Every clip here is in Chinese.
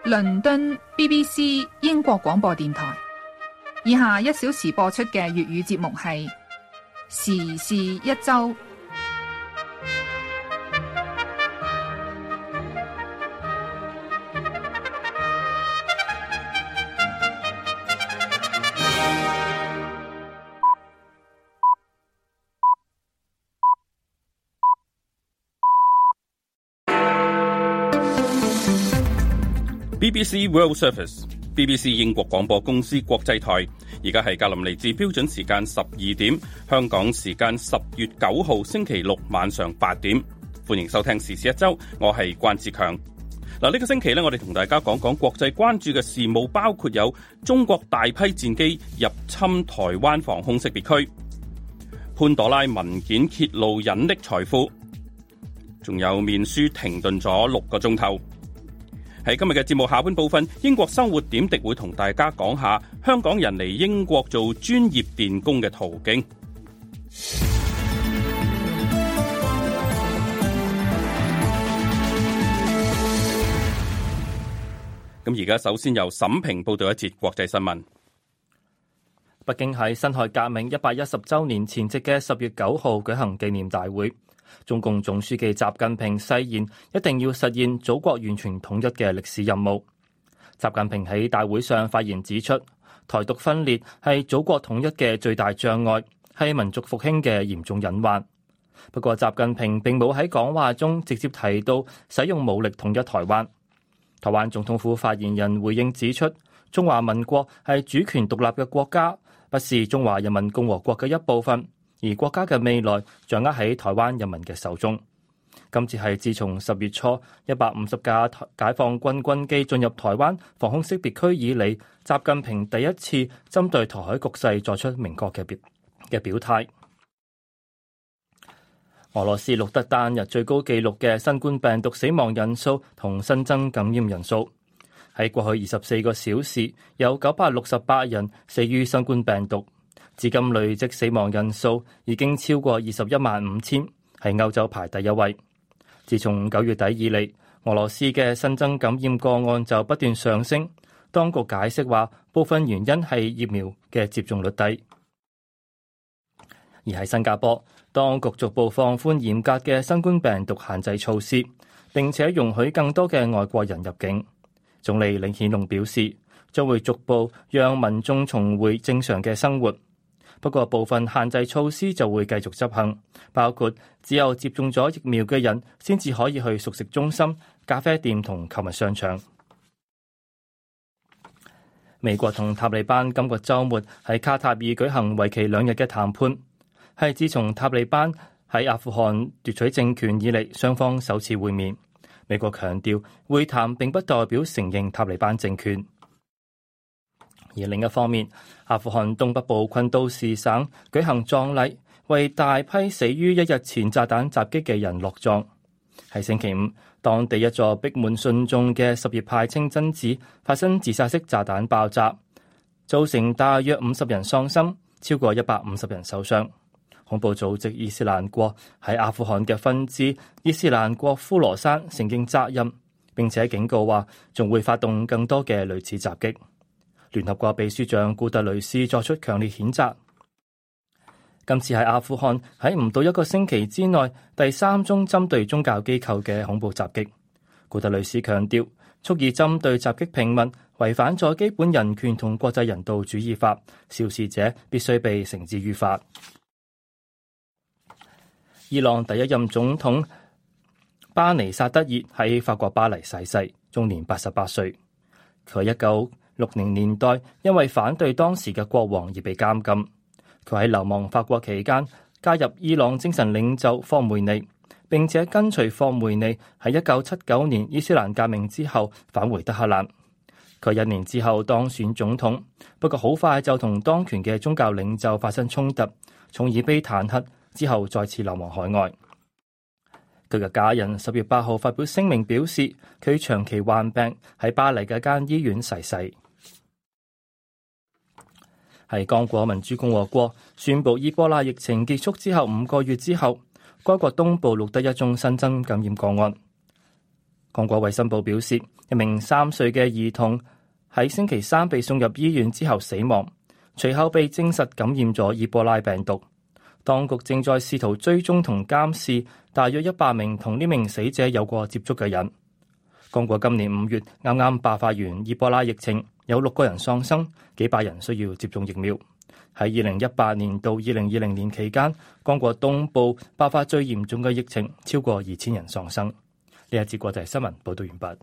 倫敦 BBC 英國廣播電台。以下1小時播出嘅粵語節目係時事一周。 BBC World Service、BBC 英國廣播公司國際台，而家係格林尼治標準時間12點，香港時間10月9號星期六晚上8點，歡迎收聽時事一周，我係關志強。嗱，呢個星期咧，我哋同大家講講國際關注嘅事務，包括有中國大批戰機入侵台灣防空識別區，潘朵拉文件揭露隱匿財富，仲有面書停頓咗6個鐘頭。喺今日嘅節目下半部分，英國生活點滴會同大家講下香港人嚟英國做專業電工嘅途徑。咁而家首先由沈平報道一節國際新聞。 北京喺辛亥革命110週年前夕嘅10月9號舉行紀念大會。中共總書記習近平誓言一定要實現祖國完全統一嘅歷史任務。習近平喺大會上發言指出，台獨分裂係祖國統一嘅最大障礙，係民族復興嘅嚴重隱患。不過習近平並冇喺講話中直接提到使用武力統一台灣。台灣總統府發言人回應指出，中華民國係主權獨立嘅國家，不是中華人民共和國嘅一部分。而國家嘅未來掌握喺台灣人民嘅手中。今次係自從10月初150架解放軍軍機進入台灣防空識別區以嚟，習近平第一次針對台海局勢作出明確嘅表態。俄羅斯錄得單日最高紀錄嘅新冠病毒死亡人數同新增感染人數。喺過去24個小時，有968人死於新冠病毒。至今累積死亡人數已經超過215000，係歐洲排第一位。自從9月底以嚟，俄羅斯嘅新增感染個案就不斷上升。當局解釋話，部分原因係疫苗嘅接種率低。而喺新加坡，當局逐步放寬嚴格嘅新冠病毒限制措施，並且容許更多嘅外國人入境。總理李顯龍表示，將會逐步讓民眾重回正常嘅生活。不過部分限制措施就會繼續執行，包括只有接種咗疫苗嘅人先至可以去熟食中心、咖啡店同購物商場。美國同塔利班今個週末喺卡塔爾舉行為期2日嘅談判，係自從塔利班喺阿富汗奪取政權以嚟雙方首次會面。美國強調會談並不代表承認塔利班政權。而另一方面，阿富汗東北部昆都士省舉行葬禮，為大批死於1日前炸彈襲擊嘅人落葬。喺星期五，當地一座逼滿信眾嘅什葉派清真寺發生自殺式炸彈爆炸，造成大約50人喪生，超過150人受傷。恐怖組織伊斯蘭國喺阿富汗嘅分支伊斯蘭國呼羅珊承認責任，並且警告話仲會發動更多嘅類似襲擊。聯合國秘書長古特雷斯作出強烈譴責。今次係阿富汗喺唔到1個星期之內第3宗針對宗教機構嘅恐怖襲擊。古特雷斯強調，蓄意針對襲擊平民，違反咗基本人權同國際人道主義法，肇事者必須被繩之於法。伊朗第一任總統巴尼薩德熱喺法國巴黎逝世，終年88歲。佢1960年代因為反對當時嘅國王而被監禁。佢喺流亡法國期間加入伊朗精神領袖科梅尼，並且跟隨科梅尼喺1979年伊斯蘭革命之後返回德黑蘭。佢1年之後當選總統，不過好快就同當權嘅宗教領袖發生衝突，從而被彈劾，之後再次流亡海外。佢嘅家人10月8號發表聲明表示，佢長期患病，喺巴黎嘅一間醫院逝世。喺剛果民主共和國宣布伊波拉疫情結束之後5個月之後，該國東部錄得1宗新增感染個案。 剛果衛生部表示，一名3歲嘅兒童喺星期三被送入醫院之後死亡，隨後被證實感染咗伊波拉病毒。當局正在試圖追蹤同監視大約100名同呢名死者有過接觸嘅人。剛果今年5月啱啱爆發完伊波拉疫情，有6個人喪生，幾百人需要接種疫苗。喺2018年到2020年期間，剛果東部爆發最嚴重嘅疫情，超過2000人喪生。呢一節國際新聞報道完畢。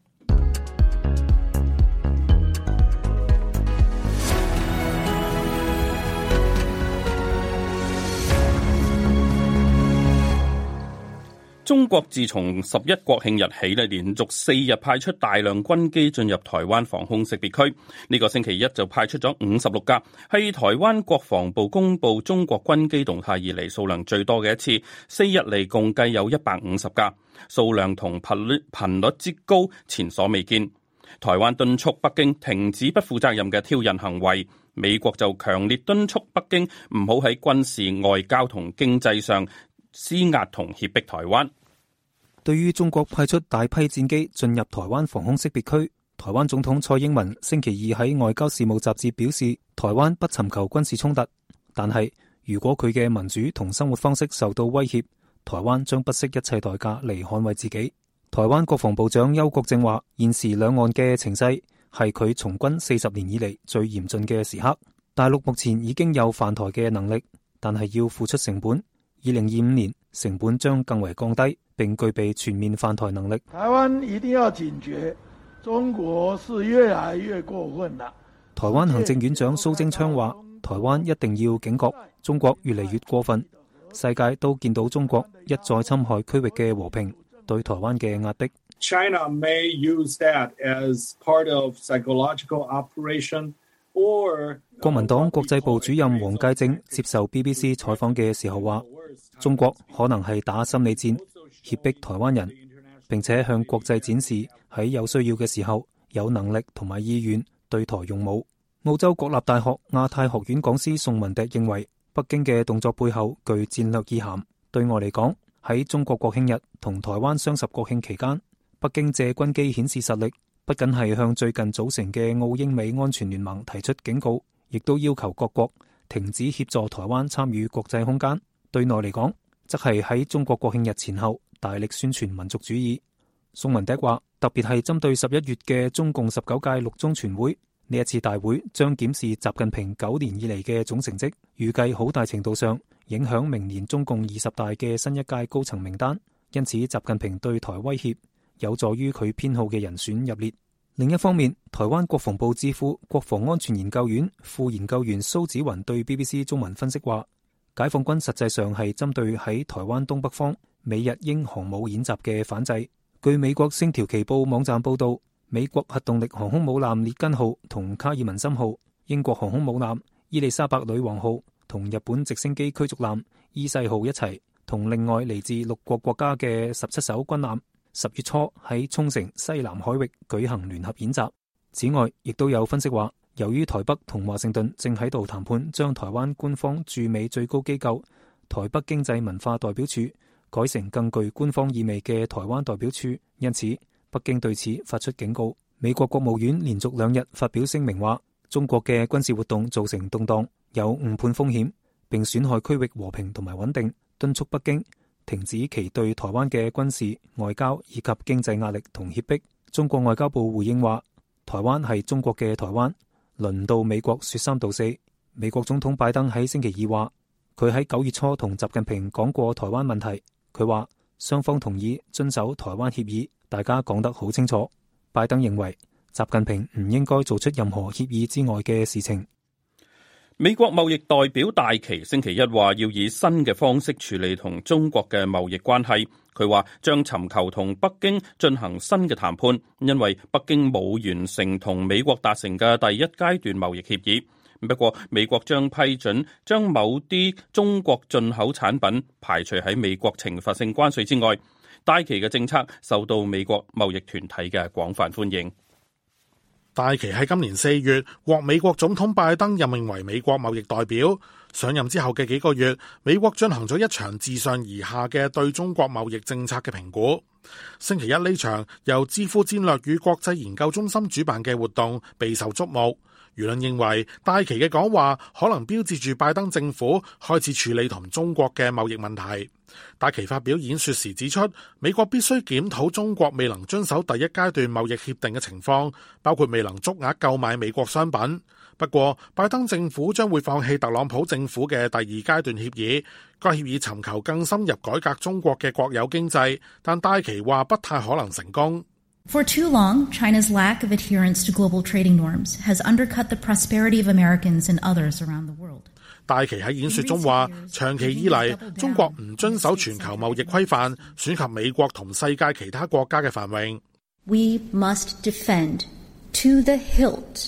中國自從11國慶日起連續4日派出大量軍機進入台灣防空識別區。呢個星期一就派出咗56架，係台灣國防部公布中國軍機動態以嚟數量最多嘅一次。4日嚟共計有150架，數量同頻率之高前所未見。台灣敦促北京停止不負責任嘅挑釁行為，美國就強烈敦促北京唔好喺軍事、外交同經濟上施壓同脅迫台灣。 對於中國派出大批戰機進入台灣防空識別區，台灣總統蔡英文星期二喺外交事務雜誌表示，台灣不尋求軍事衝突，但係如果佢嘅民主同生活方式受到威脅，台灣將不惜一切代價嚟捍衛自己。台灣國防部長邱國正話，現時兩岸嘅情勢係佢從軍40年以嚟最嚴峻嘅時刻。大陸目前已經有犯台嘅能力，但係要付出成本。2025年成本將更為降低，並具備全面犯台能力。 台灣一定要警覺，中國是越來越過分啦。 台灣行政院長蘇貞昌話，台灣一定要警覺，中國越嚟越過分。世界都見到中國一再侵害區域嘅和平，對台灣嘅壓迫。 China may use that as part of psychological operation. 國民黨國際部主任黃介正接受 BBC 採訪嘅時候話，中國可能係打心理戰，脅迫台灣人，並且向國際展示喺有需要嘅時候有能力同埋意願對台用武。澳洲國立大學亞太學院講師宋文迪認為，北京嘅動作背後具戰略意涵。對外嚟講，喺中國國慶日同台灣雙十國慶期間，北京借軍機顯示實力，不僅係向最近組成嘅澳英美安全聯盟提出警告，亦都要求各國停止協助台灣參與國際空間。對內嚟講，則係喺中國國慶日前後大力宣傳民族主義。宋文迪話，特別係針對11月嘅中共19屆六中全會，呢一次大會將檢視習近平9年以嚟嘅總成績，預計好大程度上影響明年中共20大嘅新一屆高層名單。因此，習近平對台威脅有助於佢偏好嘅人選入列。另一方面，台灣國防部智庫國防安全研究院副研究員蘇子雲對 BBC 中文分析話，解放軍實際上係針對喺台灣東北方美日英航母演習嘅反制。據美國星條旗報網站報道，美國核動力航空母艦列根號同卡爾文森號、英國航空母艦伊麗莎白女王號同日本直升機驅逐艦伊勢號一齊，同另外嚟自6個國家嘅17艘軍艦10月初喺沖繩西南海域舉行聯合演習。此外，亦都有分析話，由於台北同華盛頓正喺度談判將台灣官方駐美最高機構台北經濟文化代表處改成更具官方意味嘅台灣代表處，因此北京對此發出警告。美國國務院連續2日發表聲明話，中國嘅軍事活動造成動盪，有誤判風險，並損害區域和平同埋穩定，敦促北京停止其對台灣嘅軍事、外交以及經濟壓力同脅迫。中國外交部回應話，台灣係中國嘅台灣，輪唔到美國說三道四。美國總統拜登喺星期二話，佢喺9月初同習近平講過台灣問題，佢話雙方同意遵守台灣協議，大家講得好清楚。拜登認為習近平唔應該做出任何協議之外嘅事情。 美國貿易代表戴琪星期一話要以新嘅方式處理同中國嘅貿易關係。佢話將尋求同北京進行新嘅談判，因為北京冇完成同美國達成嘅第一階段貿易協議。不過美國將批准將某啲中國進口產品排除喺美國懲罰性關稅之外。戴琪嘅政策受到美國貿易團體嘅廣泛歡迎。 戴琪喺今年4月獲美國總統拜登任命為美國貿易代表。上任之後嘅幾個月，美國進行咗一場自上而下嘅對中國貿易政策嘅評估。星期一呢場由智庫戰略與國際研究中心主辦嘅活動備受矚目。輿論認為戴琪嘅講話可能標誌住拜登政府開始處理同中國嘅貿易問題。戴琪發表演說時指出，美國必須檢討中國未能遵守第一階段貿易協定嘅情況，包括未能足額購買美國商品。不過，拜登政府將會放棄特朗普政府嘅第二階段協議。該協議尋求更深入改革中國嘅國有經濟，但戴琪話不太可能成功。 For too long, China's lack of adherence to global trading norms has undercut the prosperity of Americans and others around the world. 戴琪喺演說中話，長期以嚟，中國唔遵守全球貿易規範，損及美國同世界其他國家嘅繁榮。 We must defend to the hilt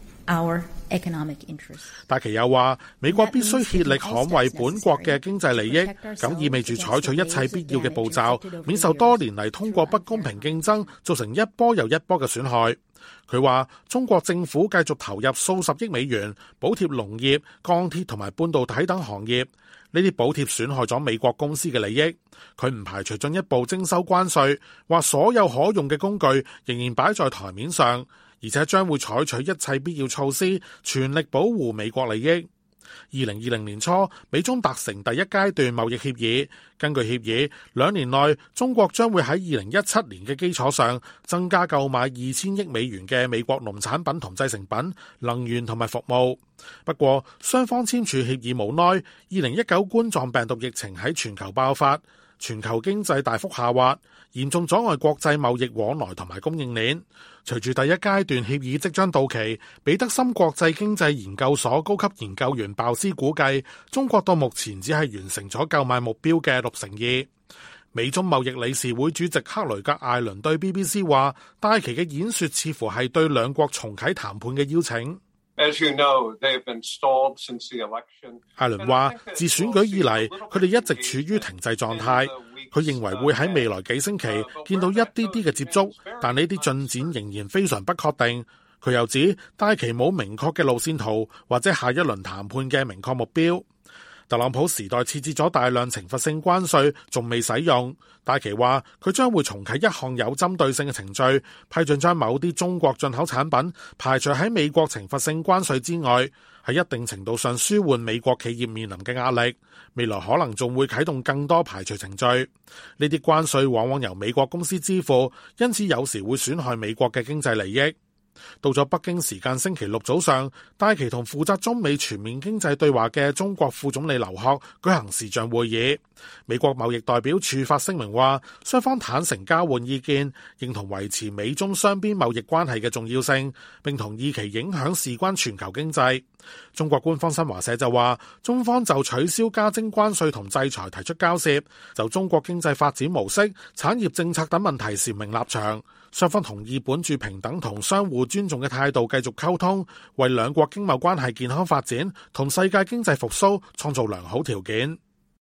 our economic interests. 戴琪又話，美國必須竭力捍衛本國嘅經濟利益，咁意味住採取一切必要嘅步驟，免受多年嚟通過不公平競爭造成一波又一波嘅損害。佢話，中國政府繼續投入數十億美元補貼農業、鋼鐵同埋半導體等行業，呢啲補貼損害咗美國公司嘅利益。佢唔排除進一步徵收關稅，話所有可用嘅工具仍然擺在台面上，而且將會採取一切必要措施，全力保護美國利益。2020年初，美中達成第一階段貿易協議。根據協議，2年內中國將會喺2017年嘅基礎上增加購買2000億美元嘅美國農產品同製成品、能源同埋服務。不過，雙方簽署協議無耐，2019冠狀病毒疫情喺全球爆發，全球經濟大幅下滑，嚴重阻礙國際貿易往來同埋供應鏈。隨住第一階段協議即將到期，彼得森國際經濟研究所高級研究員鮑斯估計，中國到目前只係完成咗購買目標嘅62%。美中貿易理事會主席克雷格艾倫對 BBC 話，戴琪嘅演說似乎係對兩國重啟談判嘅邀請。 As you know, they have been stalled since the election. 艾倫話，自選舉以嚟，佢哋一直處於停滯狀態。佢認為會喺未來幾星期見到一啲啲嘅接觸，但呢啲進展仍然非常不確定。佢又指，戴琪冇明確嘅路線圖或者下一輪談判嘅明確目標。特朗普時代設置咗大量懲罰性關稅，仲未使用。戴琪話佢將會重啟一項有針對性嘅程序，批准將某啲中國進口產品排除喺美國懲罰性關稅之外，喺一定程度上舒緩美國企業面臨嘅壓力。未來可能仲會啟動更多排除程序。呢啲關稅往往由美國公司支付，因此有時會損害美國嘅經濟利益。到咗北京時間星期六早上，戴琪同負責中美全面經濟對話嘅中國副總理劉鶴舉行視像會議。美國貿易代表處發聲明話，雙方坦誠交換意見，認同維持美中雙邊貿易關係嘅重要性，並同意其影響事關全球經濟。中國官方新華社就話，中方就取消加徵關稅同制裁提出交涉，就中國經濟發展模式、產業政策等問題闡明立場。雙方同意本住平等同相互尊重嘅態度繼續溝通，為兩國經貿關係健康發展同世界經濟復甦創造良好條件。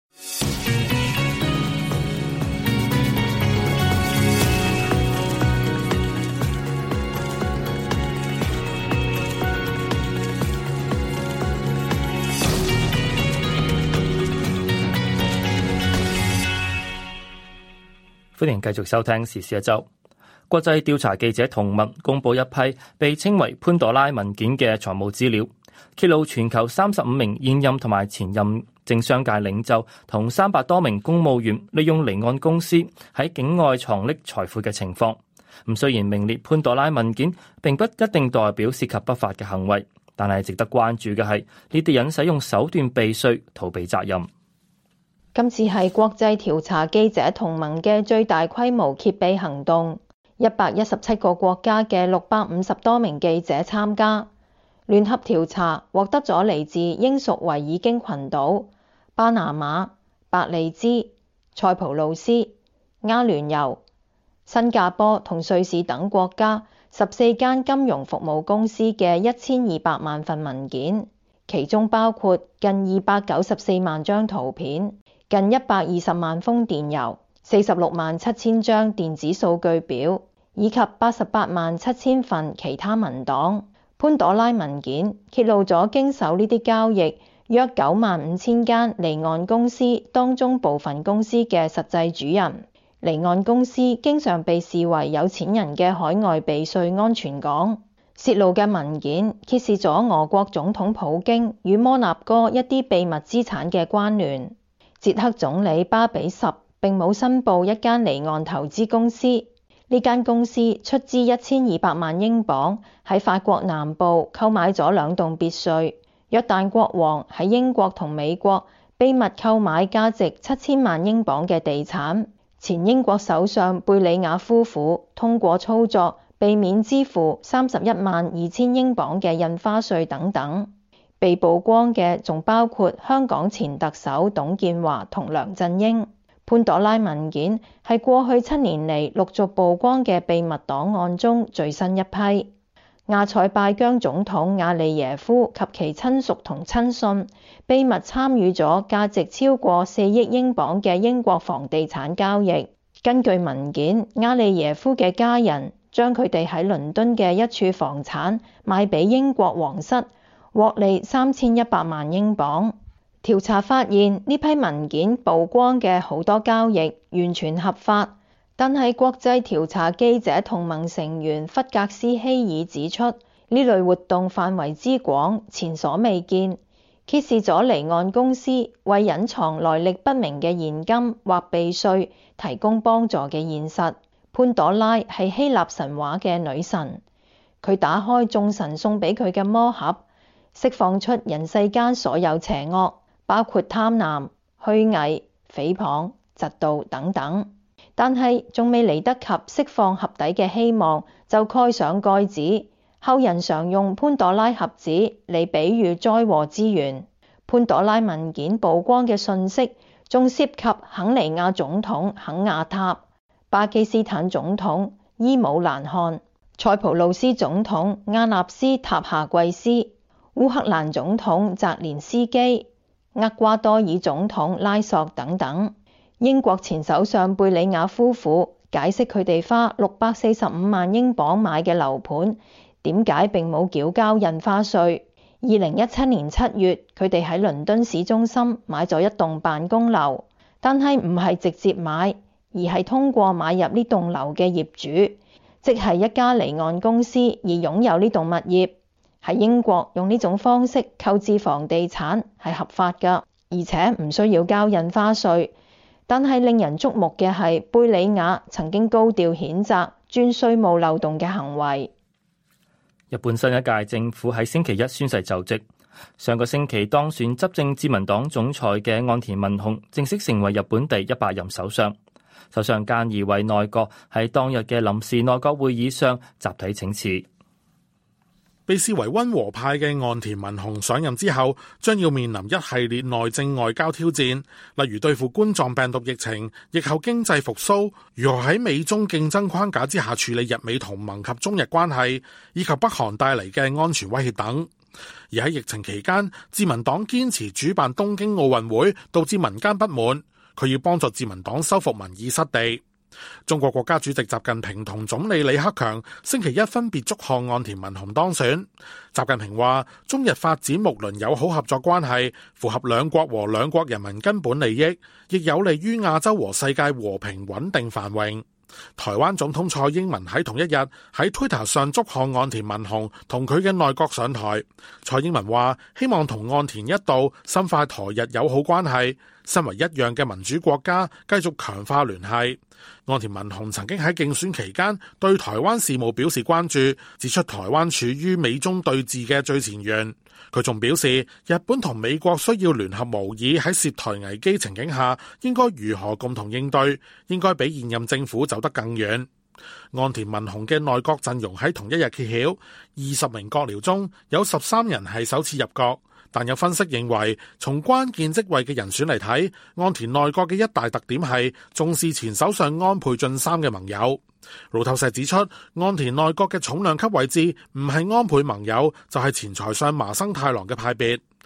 歡迎繼續收聽時事一周。國際調查記者同盟公佈一批被稱為潘朵拉文件嘅財務資料，揭露全球35名現任同埋前任政商界領袖同300多名公務員利用離岸公司喺境外藏匿財富嘅情況。雖然名列潘朵拉文件並不一定代表涉及不法嘅行為，但係值得關注嘅係呢啲人使用手段避稅逃避責任。 今次係國際調查記者同盟嘅最大規模揭秘行動，117個國家嘅650多名記者參加。聯合調查獲得咗嚟自英屬維爾京群島、巴拿馬、伯利茲、塞浦路斯、阿聯酋、新加坡同瑞士等國家14間金融服務公司嘅1200萬份文件，其中包括近294萬張圖片、近120萬封電郵、46萬7千張電子數據表， 以及88萬7千份其他文檔。潘朵拉文件揭露咗經手呢啲交易約9萬5千間離岸公司當中部分公司嘅實際主人。離岸公司經常被視為有錢人嘅海外避稅安全港。泄露嘅文件揭示咗俄國總統普京與摩納哥一啲秘密資產嘅關聯。捷克總理巴比什並冇申報一間離岸投資公司。呢間公司出資1200萬英鎊喺法國南部購買咗2棟別墅。約旦國王喺英國同美國秘密購買價值7000萬英鎊嘅地產。前英國首相貝里亞夫婦通過操作避免支付31萬2千英鎊嘅印花稅等等。被曝光嘅仲包括香港前特首董建華同梁振英。潘朵拉文件係過去7年嚟陸續曝光嘅秘密檔案中最新一批。亞塞拜疆總統阿利耶夫及其親屬同親信秘密參與咗價值超過4億英鎊嘅英國房地產交易。根據文件，阿利耶夫嘅家人將佢哋喺倫敦嘅一處房產賣俾英國皇室，獲利3100萬英鎊。調查發現呢批文件曝光嘅好多交易完全合法，但係國際調查記者同盟成員弗格斯希爾指出，呢類活動範圍之廣前所未見，揭示咗離岸公司為隱藏來歷不明嘅現金或避稅提供幫助嘅現實。潘朵拉係希臘神話嘅女神，佢打開眾神送俾佢嘅魔盒，釋放出人世間所有邪惡，包括貪婪、虛偽、誹謗、嫉妒等等。但係仲未嚟得及釋放盒底嘅希望，就蓋上蓋子。後人常用潘朵拉盒子嚟比喻災禍之源。潘朵拉文件曝光嘅信息仲涉及肯尼亞總統肯亞塔、巴基斯坦總統伊姆蘭汗、塞浦路斯總統阿納斯塔夏季斯、烏克蘭總統澤連斯基、厄瓜多爾總統拉索等等。英國前首相貝里亞夫婦解釋佢哋花645萬英鎊買嘅樓盤點解並冇繳交印花稅。2017年7月，佢哋喺倫敦市中心買咗一棟辦公樓，但係唔係直接買，而係通過買入呢棟樓嘅業主，即係一家離岸公司而擁有呢棟物業。喺英國用呢種方式購置房地產係合法㗎，而且唔需要交印花稅。但係令人矚目嘅係，貝里亞曾經高調譴責鑽稅務漏洞嘅行為。 日本新一屆政府喺星期一宣誓就職。上個星期當選執政自民黨總裁嘅岸田文雄正式成為日本第100任首相。首相菅義偉內閣喺當日嘅臨時內閣會議上集體請辭。 被視為溫和派嘅岸田文雄上任之後，將要面臨一系列內政外交挑戰，例如對付冠狀病毒疫情、疫後經濟復甦、如何喺美中競爭框架之下處理日美同盟及中日關係，以及北韓帶嚟嘅安全威脅等。而喺疫情期間，自民黨堅持主辦東京奧運會，導致民間不滿，佢要幫助自民黨收復民意失地。中國國家主席習近平同總理李克強星期一分別祝賀岸田文雄當選。習近平話，中日發展睦鄰友好合作關係，符合兩國和兩國人民根本利益，亦有利於亞洲和世界和平穩定繁榮。台灣總統蔡英文喺同一日喺 Twitter 上祝賀岸田文雄同佢嘅內閣上台。蔡英文話，希望同岸田一道深化台日友好關係，身為一樣嘅民主國家，繼續強化聯繫。岸田文雄曾經喺競選期間對台灣事務表示關注，指出台灣處於美中對峙嘅最前沿。佢仲表示，日本同美國需要聯合模擬喺涉台危機情景下應該如何共同應對，應該比現任政府走得更遠。岸田文雄嘅內閣陣容喺同一日揭曉，20名閣僚中有13人係首次入閣。但有分析認為，從關鍵職位嘅人選嚟睇，岸田內閣嘅一大特點係重視前首相安倍晉三嘅盟友。路透社指出，岸田內閣嘅重量級位置唔係安倍盟友，就係前財相麻生太郎嘅派別。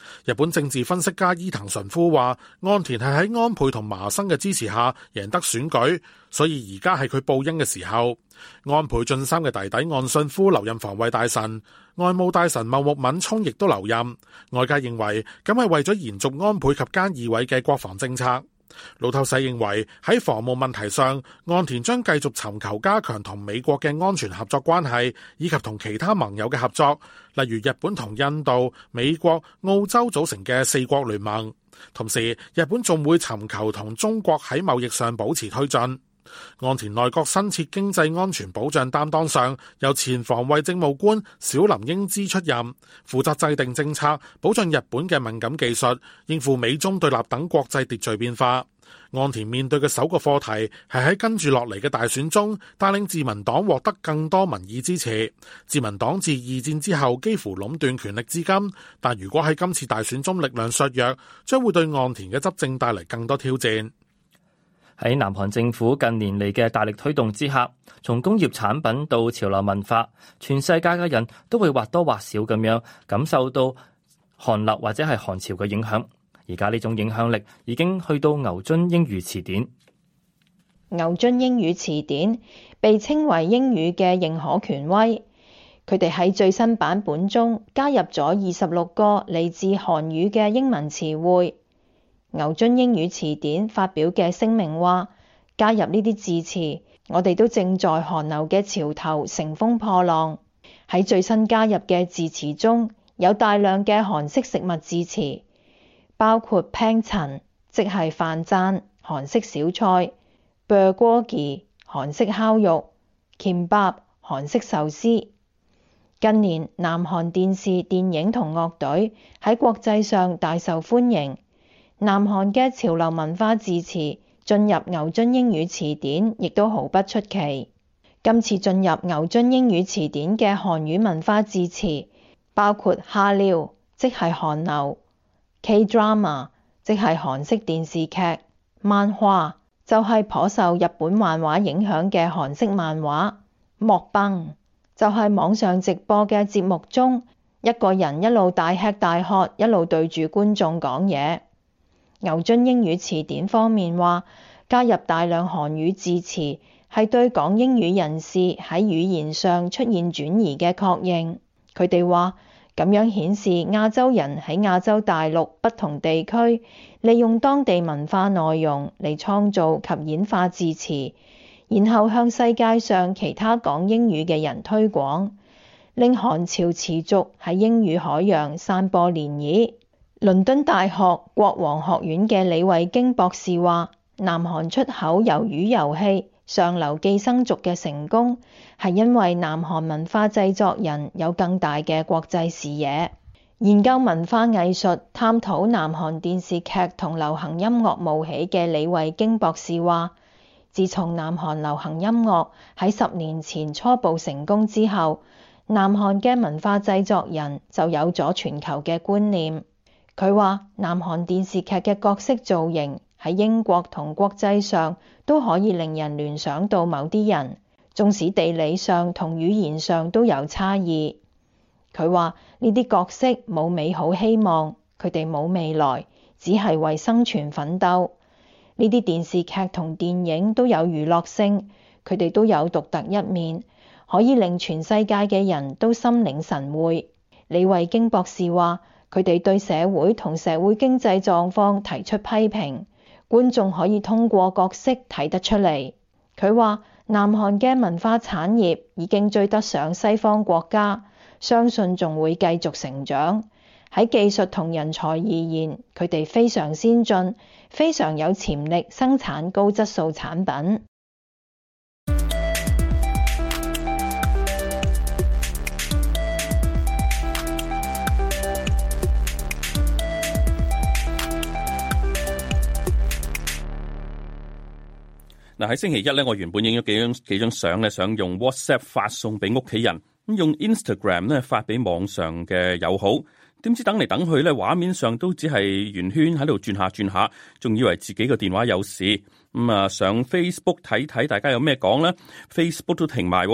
日本政治分析家伊藤純夫話，岸田係喺安倍同麻生嘅支持下贏得選舉，所以而家係佢報恩嘅時候。安倍晉三嘅弟弟岸信夫留任防衛大臣，外務大臣茂木敏充亦都留任。外界認為咁係為咗延續安倍及菅義偉嘅國防政策。路透社認為喺防務問題上，岸田將繼續尋求加強同美國嘅安全合作關係，以及同其他盟友嘅合作，例如日本同印度、美國、澳洲組成嘅4國聯盟。同時，日本仲會尋求同中國喺貿易上保持推進。岸田內閣新設經濟安全保障擔當上，由前防衛政務官小林英姿出任，負責制定政策，保障日本嘅敏感技術，應付美中對立等國際秩序變化。岸田面對嘅首個課題係喺跟住落嚟嘅大選中，帶領自民黨獲得更多民意支持。自民黨自二戰之後幾乎壟斷權力至今，但如果喺今次大選中力量削弱，將會對岸田嘅執政帶嚟更多挑戰。 喺南韓政府近年嚟嘅大力推動之下，從工業產品到潮流文化，全世界嘅人都會或多或少咁樣感受到韓流或者係韓潮嘅影響。而家呢種影響力已經去到牛津英語詞典。 牛津英語詞典被稱為英語嘅認可權威，佢哋喺最新版本中加入咗26個嚟自韓語嘅英文詞彙。牛津英語詞典發表嘅聲明話，加入呢啲字詞，我哋都正在韓流嘅潮頭乘風破浪。喺最新加入嘅字詞中，有大量嘅韓式食物字詞，包括 pangchan 即係飯贊韓式小菜，bulgogi 韓式烤肉，kimbap 韓式壽司。近年南韓電視、電影同樂隊喺國際上大受歡迎。南韓嘅潮流文化字詞進入牛津英語詞典，亦都毫不出奇。今次進入牛津英語詞典嘅韓語文化字詞，包括hallyu，即係韓流；K-drama，即係韓式電視劇；漫畫，就係頗受日本漫畫影響嘅韓式漫畫；mukbang，就係網上直播嘅節目中，一個人一路大吃大喝，一路對住觀眾講嘢。牛津英語詞典方面話，加入大量韓語字詞係對講英語人士喺語言上出現轉移嘅確認。佢哋話，咁樣顯示亞洲人喺亞洲大陸不同地區利用當地文化內容嚟創造及演化字詞，然後向世界上其他講英語嘅人推廣，令韓潮持續喺英語海洋散播漣漪。倫敦大學國王學院嘅李慧京博士話，南韓出口魷魚遊戲上流寄生族嘅成功，係因為南韓文化製作人有更大嘅國際視野。研究文化藝術、探討南韓電視劇同流行音樂冒起嘅李慧京博士話，自從南韓流行音樂喺10年前初步成功之後，南韓嘅文化製作人就有咗全球嘅觀念。佢話，南韓電視劇嘅角色造型喺英國同國際上都可以令人聯想到某啲人，縱使地理上同語言上都有差異。佢話呢啲角色冇美好希望，佢哋冇未來，只係為生存奮鬥。呢啲電視劇同電影都有娛樂性，佢哋都有獨特一面，可以令全世界嘅人都心領神會。李慧京博士話，佢哋對社會同社會經濟狀況提出批評，觀眾可以通過角色睇得出嚟。佢話，南韓嘅文化產業已經追得上西方國家，相信仲會繼續成長。喺技術同人才而言，佢哋非常先進，非常有潛力生產高質素產品。 嗱，喺星期一咧，我原本影咗幾張相咧，想用 WhatsApp 發送俾屋企人，咁用 Instagram 咧發俾網上嘅友好。點知等嚟等去咧，畫面上都只係圓圈喺度轉下轉下，仲以為自己個電話有事。上 Facebook 睇睇大家有咩講咧，Facebook 都停埋。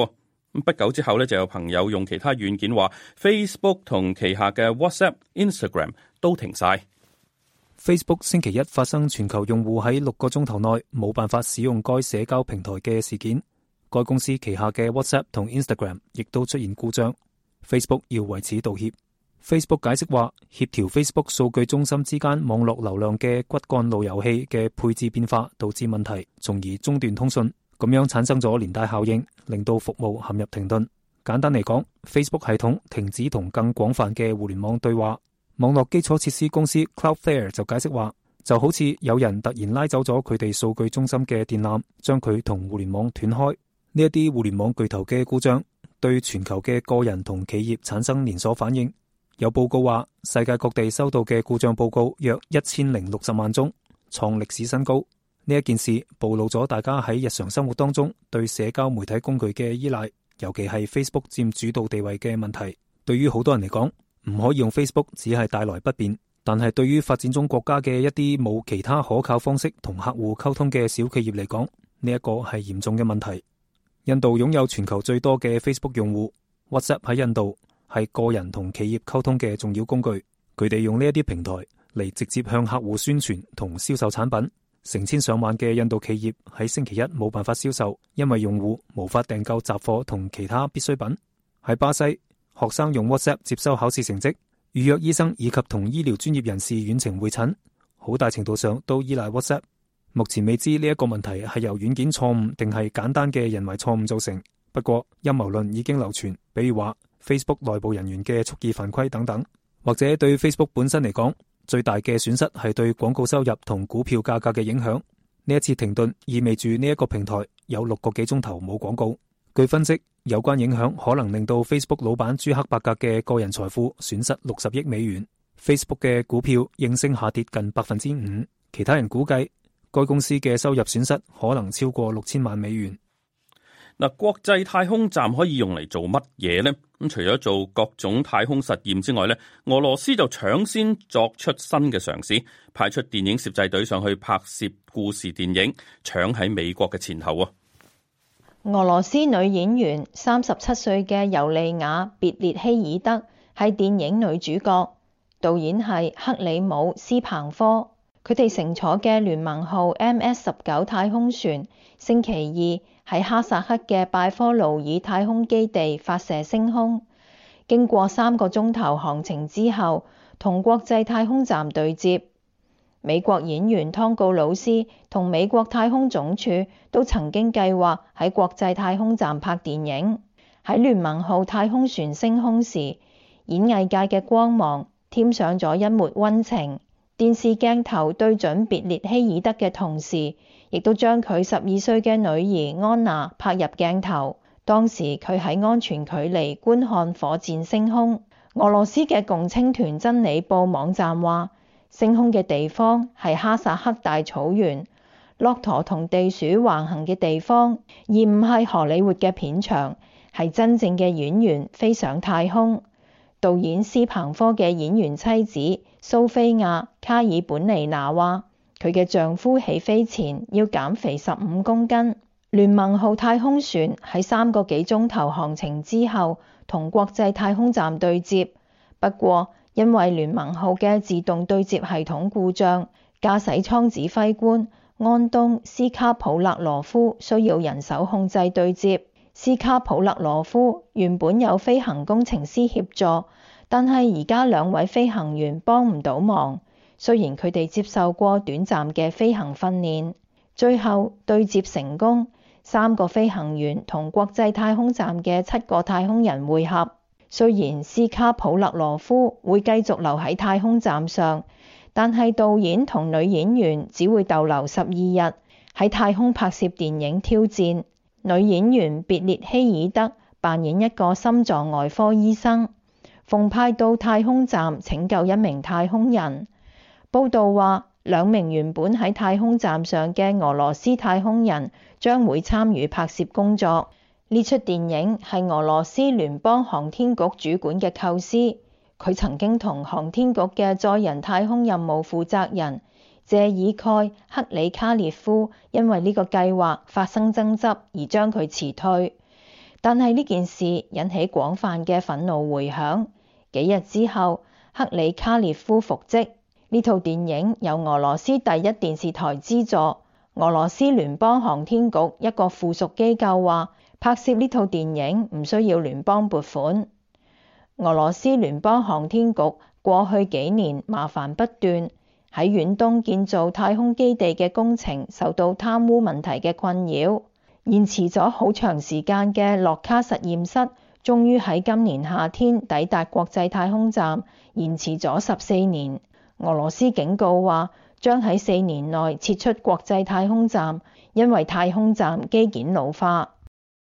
不久之後咧，就有朋友用其他軟件話 Facebook 同旗下嘅 WhatsApp、Instagram 都停晒。 Facebook 星期一發生全球用戶喺6個鐘頭內冇辦法使用該社交平台嘅事件，該公司旗下嘅 WhatsApp 同 Instagram 亦都出現故障。Facebook 要為此道歉。Facebook 解釋話，協調 Facebook 數據中心之間網絡流量嘅骨幹路由器嘅配置變化導致問題，從而中斷通訊，咁樣產生咗連帶效應，令到服務陷入停頓。簡單嚟講， Facebook 系統停止同更廣泛嘅互聯網對話。網絡基礎設施公司 Cloudflare 就解釋話，就好似有人突然拉走咗佢哋數據中心嘅電纜，將佢同互聯網斷開。呢一啲互聯網巨頭嘅故障對全球嘅個人同企業產生連鎖反應。有報告話，世界各地收到嘅故障報告約1060萬宗，創歷史新高。呢一件事暴露咗大家喺日常生活當中對社交媒體工具嘅依賴，尤其係 Facebook 佔主導地位嘅問題。對於好多人嚟講，唔可以用 Facebook 只係帶來不便，但係對於發展中國家嘅一啲冇其他可靠方式同客戶溝通嘅小企業嚟講，呢一個係嚴重嘅問題。印度擁有全球最多嘅 Facebook 用戶， WhatsApp 喺印度係個人同企業溝通嘅重要工具。佢哋用呢一啲平台嚟直接向客戶宣傳同銷售產品。成千上萬嘅印度企業喺星期一冇辦法銷售，因為用戶無法訂購雜貨同其他必需品。喺巴西，學生用 WhatsApp 接收考試成績，預約醫生以及同醫療專業人士遠程會診，好大程度上都依賴 WhatsApp。目前未知呢一個問題係由軟件錯誤定係簡單嘅人為錯誤造成。不過陰謀論已經流傳，比如話 Facebook 內部人員嘅蓄意犯規等等。或者對 Facebook 本身嚟講，最大嘅損失係對廣告收入同股票價格嘅影響。呢一次停頓意味住呢一個平台有6個幾鐘頭冇廣告。據分析，有關影響可能令到 Facebook 老闆朱克伯格嘅個人財富損失60億美元。Facebook 嘅股票應聲下跌近 5%。其他人估計該公司嘅收入損失可能超過6000萬美元。 嗱，國際太空站可以用嚟做乜嘢呢？咁除咗做各種太空實驗之外呢，俄羅斯就搶先作出新嘅嘗試，派出電影攝製隊上去拍攝故事電影，搶喺美國嘅前後啊！ 俄羅斯女演員37歲嘅尤利亞·別列希爾德係電影女主角，導演係克里姆斯彭科。佢哋乘坐嘅聯盟號 MS-19 太空船星期二喺哈薩克嘅拜科魯爾太空基地發射升空，經過3個鐘頭航程之後，同國際太空站對接。美國演員湯告魯斯同美國太空總署都曾經計劃喺國際太空站拍電影。喺聯盟號太空船升空時，演藝界嘅光芒添上咗一抹溫情。電視鏡頭對準別列希爾德嘅同時，亦都將佢12歲嘅女兒安娜拍入鏡頭。當時佢喺安全距離觀看火箭升空。俄羅斯嘅共青團真理報網站話，升空嘅地方係哈薩克大草原，駱駝同地鼠橫行嘅地方，而唔係荷里活嘅片場，係真正嘅演員飛上太空。導演斯彭科嘅演員妻子蘇菲亞·卡爾本尼娜話，佢嘅丈夫起飛前要減肥15公斤。聯盟號太空船喺3個幾鐘頭航程之後同國際太空站對接，不過因為聯盟號嘅自動對接系統故障，駕駛艙指揮官安東斯卡普勒羅夫需要人手控制對接。斯卡普勒羅夫原本有飛行工程師協助，但係而家2位飛行員幫唔到忙。雖然佢哋接受過短暫嘅飛行訓練，最後對接成功，3個飛行員同國際太空站嘅7個太空人會合。雖然斯卡普勒羅夫會繼續留喺太空站上，但係導演同女演員只會逗留12日，喺太空拍攝電影挑戰。女演員別列希爾德扮演一個心臟外科醫生，奉派到太空站拯救一名太空人。報道話，2名原本喺太空站上嘅俄羅斯太空人將會參與拍攝工作。呢出電影係俄羅斯聯邦航天局主管嘅構思，佢曾經同航天局嘅載人太空任務負責人謝爾蓋克里卡列夫因為呢個計劃發生爭執而將佢辭退。 但係呢件事引起廣泛嘅憤怒迴響。幾日之後，克里卡列夫復職。呢套電影由俄羅斯第一電視台資助。俄羅斯聯邦航天局一個附屬機構話，拍攝呢套電影唔需要聯邦撥款。俄羅斯聯邦航天局過去幾年麻煩不斷，喺遠東建造太空基地嘅工程受到貪污問題嘅困擾，延遲咗好長時間嘅洛卡實驗室終於喺今年夏天抵達國際太空站，延遲咗14年。俄羅斯警告話，將喺4年內撤出國際太空站，因為太空站機件老化。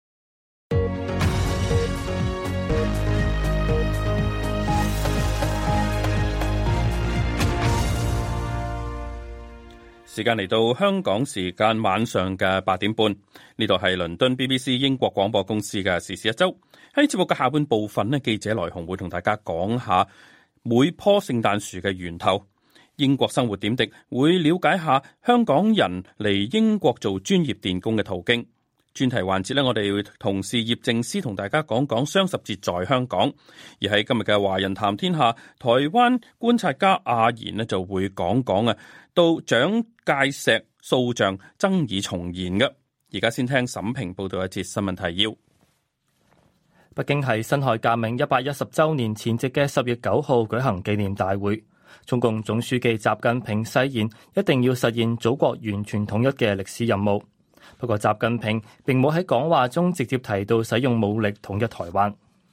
時間嚟到香港時間晚上嘅8點半，呢度係倫敦 BBC 英國廣播公司嘅時事一周。喺節目嘅下半部分呢，記者來鴻會同大家講下每棵聖誕樹嘅源頭。英國生活點滴會了解下香港人嚟英國做專業電工嘅途徑。專題環節呢，我哋會同事葉正思同大家講講雙十節在香港。而喺今日嘅華人談天下，台灣觀察家阿賢呢就會講講到蔣介石塑像爭議重現嘅。而家先聽沈平報道一節新聞提要。 北京係辛亥革命110週年前夕嘅10月9號舉行紀念大會。中共總書記習近平誓言一定要實現祖國完全統一嘅歷史任務。不過習近平並冇喺講話中直接提到使用武力統一台灣。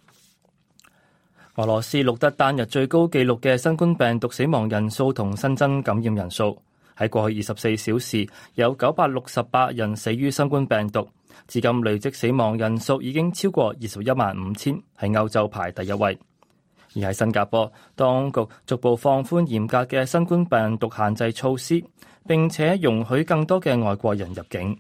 俄羅斯錄得單日最高紀錄嘅新冠病毒死亡人數同新增感染人數。喺過去24小時有968人死於新冠病毒，至今累積死亡人數已經超過215000，喺歐洲排第一位。而喺新加坡，當局逐步放寬嚴格嘅新冠病毒限制措施，並且容許更多嘅外國人入境。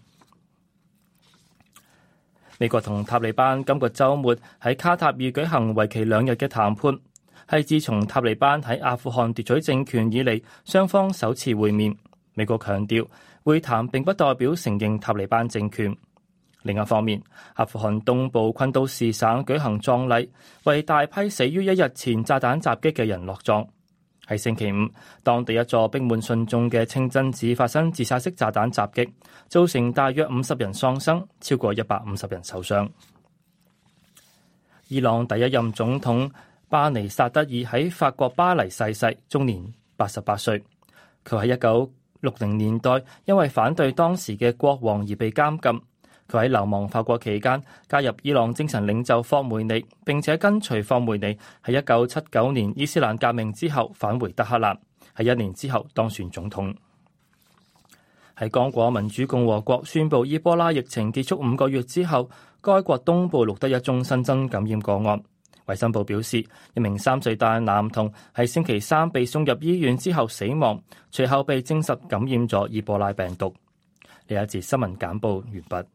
美國同塔利班今個週末喺卡塔爾舉行為期2日嘅談判，係自從塔利班喺阿富汗奪取政權以嚟，雙方首次會面。美國強調，會談並不代表承認塔利班政權。另一方面，阿富汗東部昆都士省舉行葬禮，為大批死於1日前炸彈襲擊嘅人落葬。喺星期五，當地一座逼滿信眾嘅清真寺發生自殺式炸彈襲擊，造成大約50人喪生，超過150人受傷。伊朗第一任總統巴尼薩德爾喺法國巴黎逝世，終年88歲。佢喺1960年代因為反對當時嘅國王而被監禁。佢喺流亡法國期間加入伊朗精神領袖霍梅尼，並且跟隨霍梅尼喺1979年伊斯蘭革命之後返回德黑蘭，喺1年之後當選總統。喺剛果民主共和國宣布伊波拉疫情結束5個月之後，該國東部錄得1宗新增感染個案。衛生部表示，一名3歲大男童喺星期3被送入醫院之後死亡，隨後被證實感染咗伊波拉病毒。呢一節新聞簡報完畢。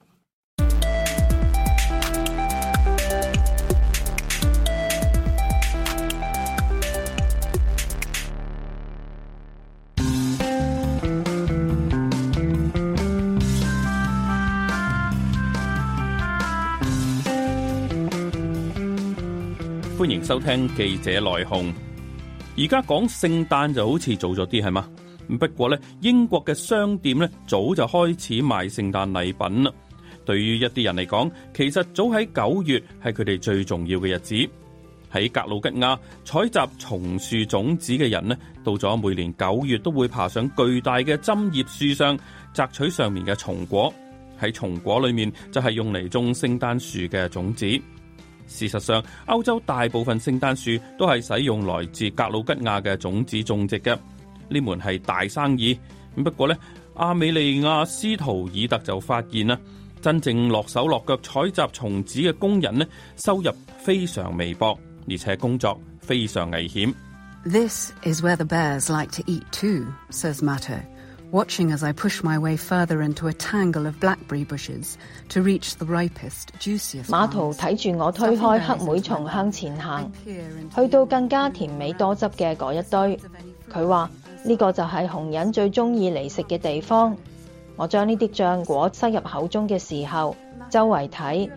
歡迎收聽記者來鴻。而家講聖誕就好似早咗啲係嘛？不過呢，英國嘅商店呢早就開始賣聖誕禮品啦。對於一啲人嚟講，其實早喺9月係佢哋最重要嘅日子。喺格魯吉亞採集松樹種子嘅人呢，到咗每年9月都會爬上巨大嘅針葉樹上，摘取上面嘅松果。喺松果裏面就係用嚟種聖誕樹嘅種子。事實上，歐洲大部分聖誕樹都係使用來自格魯吉亞嘅種子種植嘅，呢門係大生意。不過呢，阿美利亞斯圖爾特就發現啦，真正落手落腳採集松子嘅工人呢，收入非常微薄，而且工作非常危險。 This is where the bears like to eat too, says Mato.Watching as I push my way further into a tangle of blackberry bushes to reach the ripest, juiciest. 馬圖睇住我推開黑莓叢向前行，去到更加甜美多汁嘅嗰一堆。佢話呢個就係紅人最中意嚟食嘅地方。我將呢啲漿果塞入口中嘅時候，周圍睇，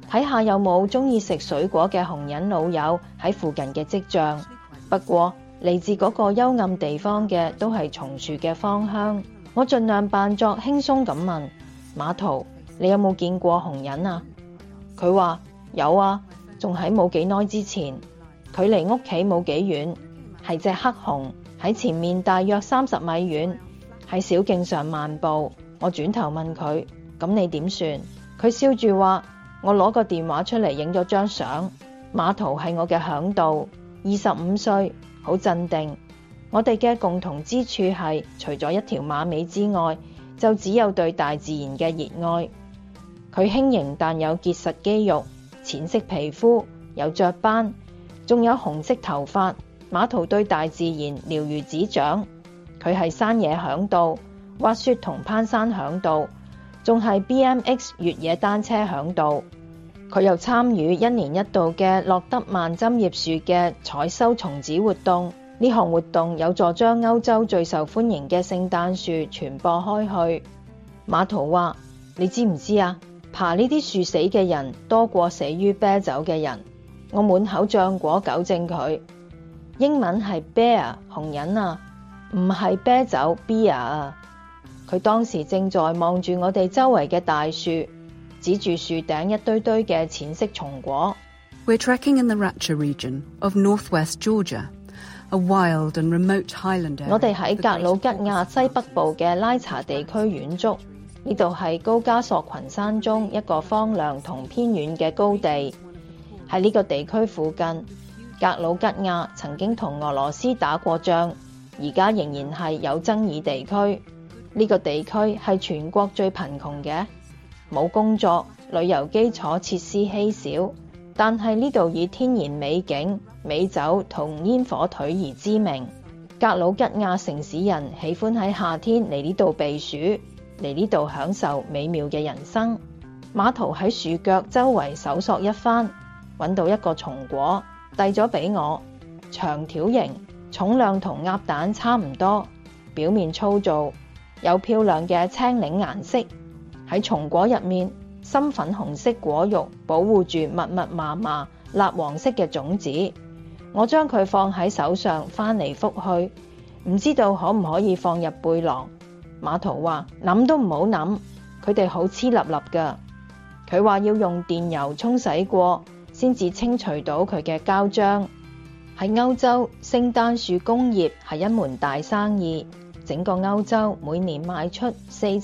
睇下有冇鍾意食水果嘅紅人老友喺附近嘅跡象。不過嚟自嗰個幽暗地方嘅都係松樹嘅芳香。我盡量扮作輕鬆咁問馬圖：你有冇見過紅人啊？佢話有啊，仲喺冇幾耐之前，距離屋企冇幾遠，係隻黑熊，喺前面大約30米遠，喺小徑上漫步。我轉頭問佢：咁你點算？佢笑住話：我攞個電話出嚟影咗張相。馬圖係我嘅嚮導，25歲，好鎮定。我哋嘅共同之處係，除咗一條馬尾之外，就只有對大自然嘅熱愛。佢輕盈但有結實肌肉，淺色皮膚，有雀斑，仲有紅色頭髮。馬圖對大自然了如指掌。佢係山野嚮導，滑雪同攀山嚮導，仲係 BMX 越野單車嚮導。佢又參與1年1度嘅洛德曼針葉樹嘅採收松子活動。呢項活動有助將歐洲最受歡迎嘅聖誕樹傳播開去。馬圖話：你知唔知啊？爬呢啲樹死嘅人多過死於啤酒嘅人。我滿口漿果糾正佢，英文係 bear 紅人啊，唔係啤酒 beer 啊。佢當時正在望住我哋周圍嘅大樹，指住樹頂一堆堆嘅淺色松果。 We're trekking in the Ratcha region of northwest Georgia, a wild and remote highland area. 我哋喺格魯吉亞西北部嘅拉查地區遠足，呢度係高加索群山中一個荒涼同偏遠嘅高地。喺呢個地區附近，格魯吉亞曾經同俄羅斯打過仗，而家仍然係有爭議地區。呢個地區係全國最貧窮嘅，冇工作，旅遊基礎設施稀少，但係呢度以天然美景、美酒同煙火腿而知名。格魯吉亞城市人喜歡喺夏天嚟呢度避暑，嚟呢度享受美妙嘅人生。馬圖喺樹腳周圍搜索一番，揾到一個松果，遞咗俾我，長條形，重量同鴨蛋差唔多，表面粗糙，有漂亮嘅青檸顏色。喺松果入面，深粉紅色果肉保護住密密麻麻蠟黃色嘅種子。我將佢放喺手上翻嚟覆去，唔知道可唔可以放入背囊。馬圖話：諗都唔好諗，佢哋好黐立立噶。佢話要用電油沖洗過，先至清除到佢嘅膠漿。喺歐洲，聖誕樹工業係一門大生意。整個歐洲每年賣出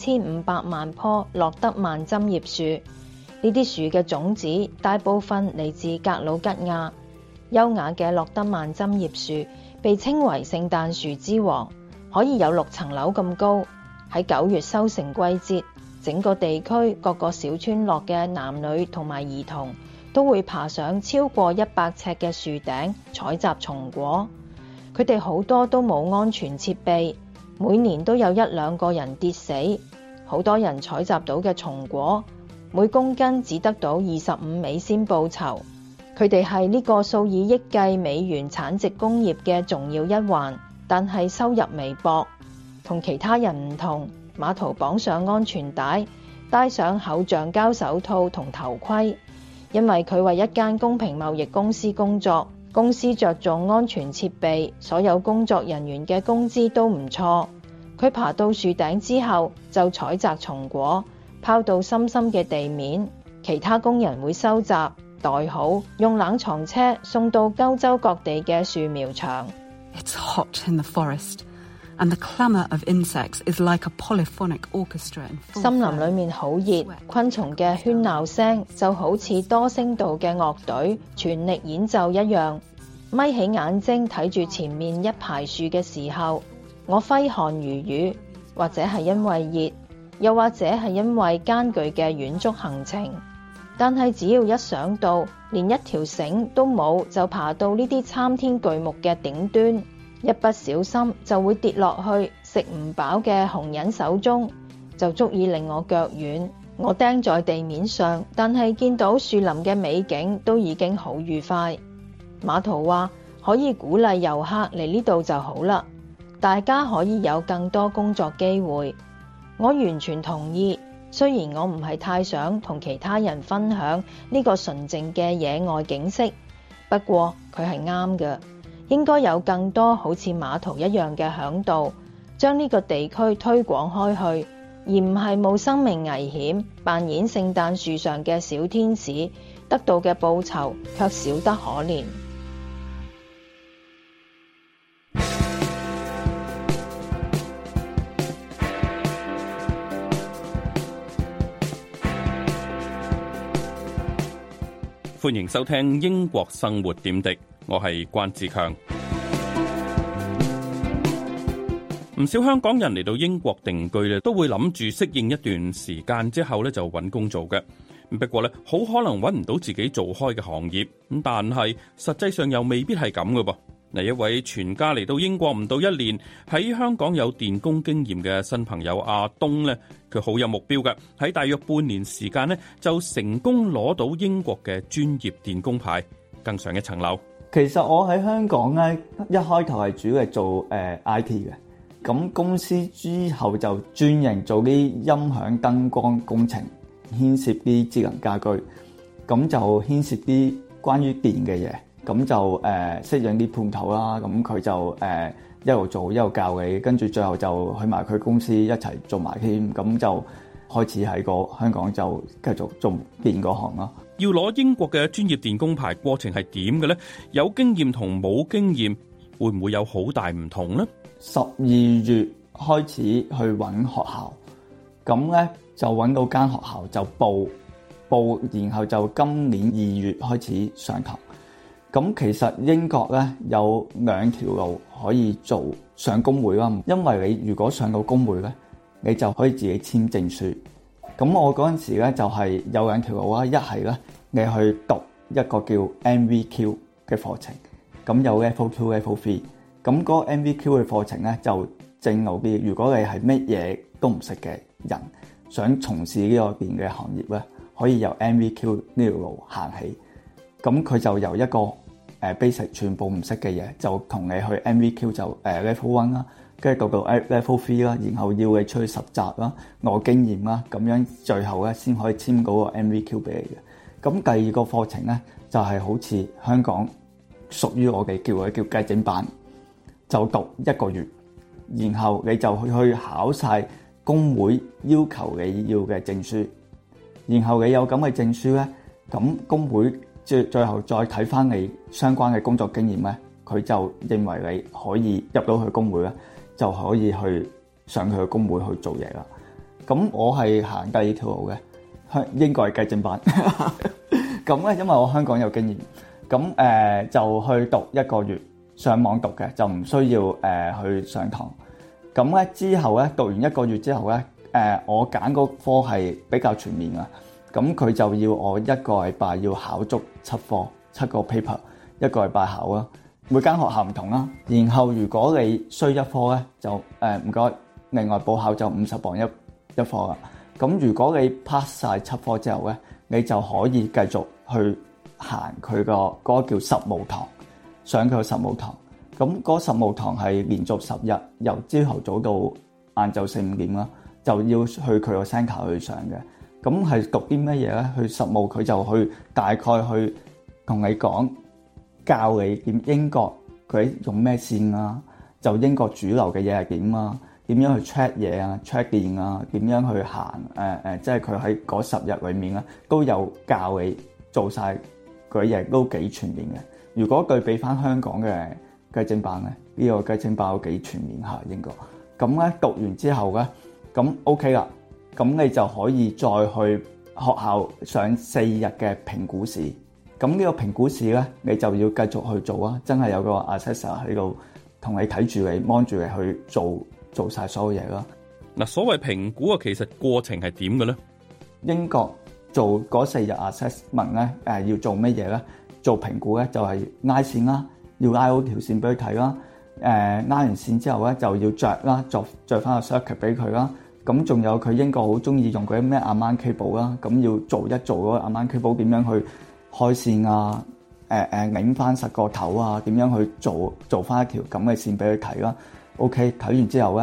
4500萬棵洛德曼針葉樹。呢啲樹嘅種子大部分嚟自格魯吉亞。優雅嘅洛德曼針葉樹被稱為聖誕樹之王，可以有6層樓咁高。喺9月收成季節，整個地區各個小村落嘅男女同埋兒童都會爬上超過100尺嘅樹頂採集松果。佢哋好多都冇安全設備，每年都有1-2個人跌死。好多人採集到嘅松果，每公斤只得到25美仙報酬。佢哋係呢個數以億計美元產值工業嘅重要一環，但係收入微薄。同其他人唔同，馬圖綁上安全帶，戴上厚橡膠手套同頭盔，因為佢為一間公平貿易公司工作。公司着重安全設備，所有工作人員嘅工資都唔錯。佢爬到樹頂之後，就採摘松果，拋到深深嘅地面，其他工人會收集，袋好，用冷藏車送到歐洲各地嘅樹苗場。 It's hot in the forest, and the clamour of insects is like a polyphonic orchestra in full swing. 森林裏面好熱，昆蟲嘅喧鬧聲就好似多聲道嘅樂隊全力演奏一樣。眯起眼睛睇住前面一排樹嘅時候，我揮汗如雨，或者係因為熱，又或者係因為艱巨嘅遠足行程。但係只要一想到連一條繩都冇就爬到呢啲參天巨木嘅頂端，一不小心就會跌落去食唔飽嘅紅人手中，就足以令我腳軟。我釘在地面上，但係見到樹林嘅美景都已經好愉快。馬圖話可以鼓勵遊客嚟呢度就好啦，大家可以有更多工作機會。我完全同意， 雖然我唔係太想同其他人分享呢個純淨嘅野外景色，不過佢係啱嘅，應該有更多好似馬圖一樣嘅嚮導，將呢個地區推廣開去，而唔係冒生命危險扮演聖誕樹上嘅小天使，得到嘅報酬卻少得可憐。 歡迎收聽英國生活點滴，我係關志強。唔少香港人嚟到英國定居咧，都會諗住適應一段時間之後咧就揾工做嘅。不過咧，好可能揾唔到自己做開嘅行業，咁但係實際上又未必係咁嘅噃。嗱，一位全家嚟到英國唔到1年，喺香港有電工經驗嘅新朋友阿東咧，佢好有目標嘅，喺大約半年時間咧就成功攞到英國嘅專業電工牌，更上一層樓。 其實我喺香港咧，一開頭係主要係做IT 嘅，咁公司之後就轉型做啲音響燈光工程，牽涉啲智能家居，咁就牽涉啲關於電嘅嘢。咁就適應啲判頭啦，咁佢就一路做一路教你，跟住最後就去埋佢公司一齊做埋添，咁就開始喺個香港就繼續做電嗰行咯。 要攞英國嘅專業電工牌過程係點嘅咧？有經驗同冇經驗會唔會有好大唔同咧 ？12月開始去揾學校，咁咧就揾到間學校就報，然後就今年2月開始上堂。咁其實英國咧有2條路可以做上工會啦，因為你如果上到工會咧，你就可以自己簽證書。咁我嗰陣時咧就係有2條路啦，一係咧你去讀一個叫 NVQ 嘅課程，咁有 Level 2、Level 3。咁嗰個 NVQ 嘅課程咧就正路啲，如果你係乜嘢都唔識嘅人，想從事呢個電嘅行業咧，可以由 NVQ 呢條路行起。咁佢就由一個basic 全部唔識嘅嘢，就同你去 NVQ 就level 1啦，跟住到 level 3啦，然後要你出去實習啦，攞經驗啦，咁樣最後咧先可以簽嗰個 NVQ 俾你嘅。咁第二個課程咧就係好似香港屬於我哋叫佢叫計證班，就讀1個月，然後你就去考晒工會要求你要嘅證書，然後你有咁嘅證書咧，咁工會最後再睇翻你相關嘅工作經驗咧，佢就認為你可以入到去工會咧，就可以去上佢嘅工會去做嘢啦。咁我係行第2條路嘅，英國係計證班。咁咧，因為我香港有經驗，咁就去讀1個月，上網讀嘅，就唔需要去上堂。咁咧之後咧，讀完1個月之後咧，我揀嗰科係比較全面啊。咁佢就要我1個禮拜要考足7科，7個 paper， 1個禮拜考啦。每間學校唔同啦。然後如果你衰1科咧，就唔該，另外補考就50磅一科啦。咁如果你 pass 晒7科之後咧，你就可以繼續去行佢嗰個叫實務堂，上佢個實務堂。咁嗰個實務堂係連續10日，由朝頭早到晏晝4、5點啦，就要去佢個 centre 去上嘅。咁係讀啲乜嘢咧？去實務佢就去大概去同你講，教你點英國佢用咩線啊，就英國主流嘅嘢係點啊，點樣去 check 嘢啊 check 電啊，點樣去行即係佢喺嗰10日裏面咧都有教你做晒嗰啲嘢，都幾全面嘅。如果對比翻香港嘅計證班咧，呢個計證班都幾全面下英國。咁咧讀完之後咧，咁 OK 啦。咁你就可以再去學校上4日嘅評估試。咁呢個評估試咧，你就要繼續去做啊！真係有個 assessor 喺度同你睇住你，幫住你去做晒所有嘢啦。 嗱，所謂評估啊，其實過程係點嘅咧？ 英國做嗰4日 assessment 咧，要做乜嘢咧？做評估咧就係拉線啦，要拉好條線俾佢睇啦。拉完線之後咧就要着啦，着翻個 circuit 俾佢啦。咁仲有佢英國好中意用嗰啲咩 Amman cable 啦，咁要做嗰個 Amman cable 點樣去開線啊，擰翻實個頭啊，點樣去做翻一條咁嘅線俾佢睇啦。OK， 睇完之後咧，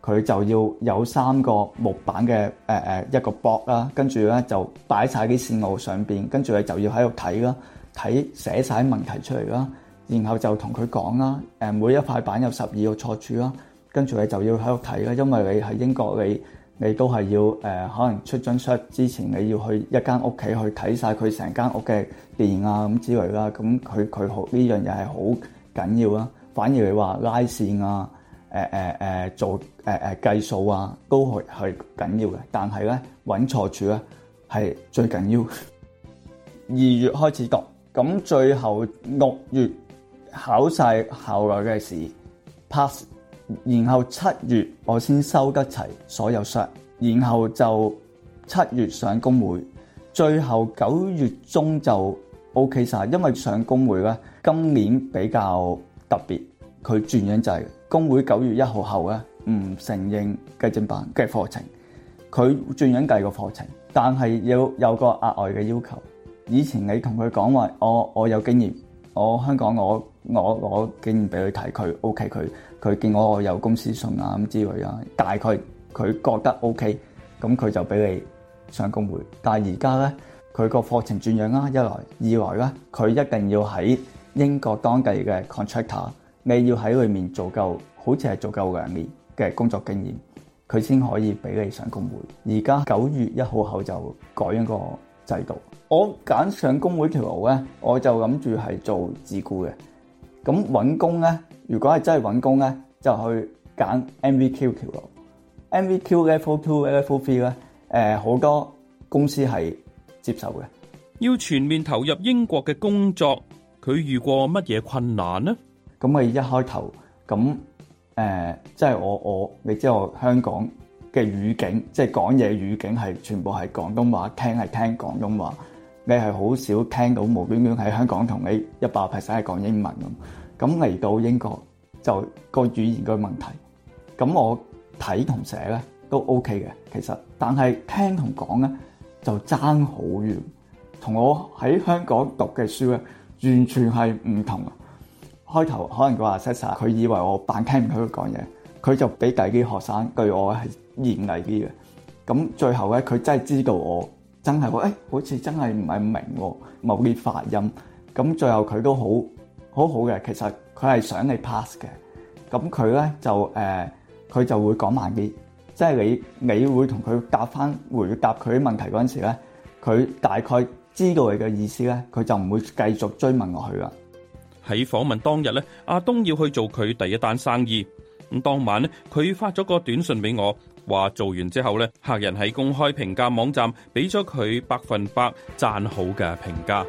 佢就要有3個木板嘅一個膊啦，跟住咧就擺晒啲線路上邊，跟住你就要喺度睇啦，寫晒問題出嚟啦，然後就同佢講啦，每一塊板有12個錯處啦，跟住你就要喺度睇啦，因為你喺英國你都係要可能出張 shot 之前你要去一間屋企去睇晒佢成間屋嘅電啊咁之類啦，咁佢好呢樣嘢係好緊要啦。反而你話拉線啊，做計數啊，都係緊要嘅。但係咧揾錯處咧係最緊要。2月開始讀，咁最後6月考晒校內嘅試 pass。然後7月我先收得齊所有 shot， 然後就7月上工會，最後9月中就 OK 晒。因為上工會咧今年比較特別，佢轉樣制，工會9月1號後咧唔承認計證辦嘅課程，佢轉樣計個課程，但係要有個額外嘅要求。以前你同佢講話，我有經驗，我香港我經驗俾佢睇，佢 OK，佢見我有公司信啊咁之類啊，大概佢覺得 OK， 咁佢就俾你上工會。但係而家咧，佢個課程轉樣啦，一來，二來咧，佢一定要喺英國當地嘅 contractor， 你要喺裏面做夠，好似係做夠2年嘅工作經驗，佢先可以俾你上工會。而家9月1號後就改咗個制度。我揀上工會條路咧，我就諗住係做自僱嘅。咁揾工咧，如果係真係揾工咧，就去揀 MVQ 條路。MVQ Level 2、Level 3咧，好多公司係接受嘅。 要全面投入英國嘅工作，佢遇過乜嘢困難呢？ 咁我一開頭咁即係你知我香港嘅語境，即係講嘢語境係全部係廣東話，聽係聽廣東話。你係好少聽到無端端喺香港同你100% 係講英文咁。咁嚟到英國就個語言個問題。咁我睇同寫咧都 OK 嘅，其實，但係聽同講咧就爭好遠，同我喺香港讀嘅書咧完全係唔同。開頭可能個 assessor 佢以為我扮聽唔到佢講嘢，佢就俾第啲學生對我係嚴厲啲嘅。咁最後咧，佢真係知道我。真係好似真係唔係明某啲發音，咁最後佢都好嘅。其實佢係想你 pass 嘅，咁佢咧就佢就會講慢啲，即係你會同佢回答佢啲問題嗰陣時咧，佢大概知道你嘅意思咧，佢就唔會繼續追問落去啦。 喺訪問當日咧，阿東要去做佢第一單生意，咁當晚咧佢發咗個短信俾我。話做完之後咧，客人喺公開評價網站俾咗佢100%讚好嘅評價。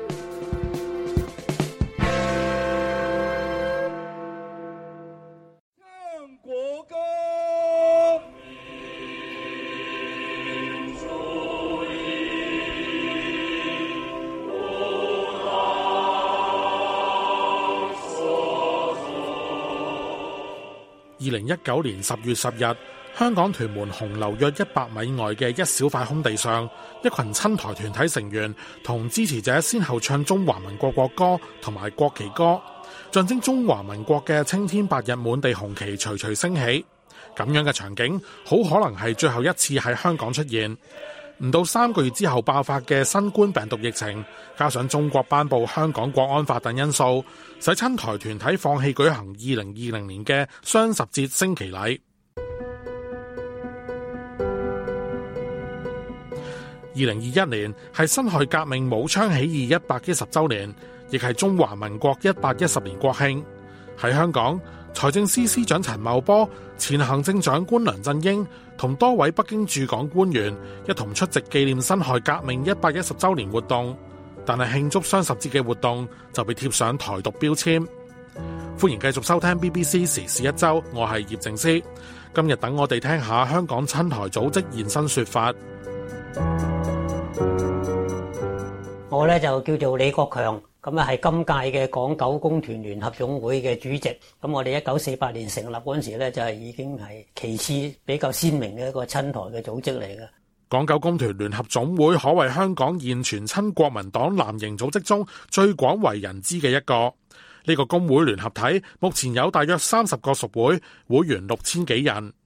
唱國歌。 2019年10月10日。香港屯門紅樓約100米外嘅一小塊空地上，一群親台團體成員同支持者先後唱中華民國國歌同埋國旗歌，象徵中華民國嘅青天白日滿地紅旗徐徐升起。咁樣嘅場景好可能係最後一次喺香港出現。唔到3個月之後爆發嘅新冠病毒疫情，加上中國頒布香港國安法等因素，使親台團體放棄舉行2020年嘅雙十節升旗禮。2021年係辛亥革命武昌起義110週年，亦係中華民國110年國慶。喺香港，財政司司長陳茂波、前行政長官梁振英同多位北京駐港官員一同出席紀念辛亥革命110週年活動，但係慶祝雙十節嘅活動就被貼上台獨標籤。歡迎繼續收聽 BBC 時事一周，我係葉靜思。今日等我哋聽下香港親台組織現身說法。 我咧就叫做李國強，咁啊係今屆嘅港九工團聯合總會嘅主席。咁我哋1948年成立嗰陣時咧，就係已經係其次比較鮮明嘅一個親台嘅組織嚟嘅。 港九工團聯合總會可謂香港現存親國民黨藍營組織中最廣為人知嘅一個。呢個工會聯合體目前有大約30個屬會，會員6000幾人。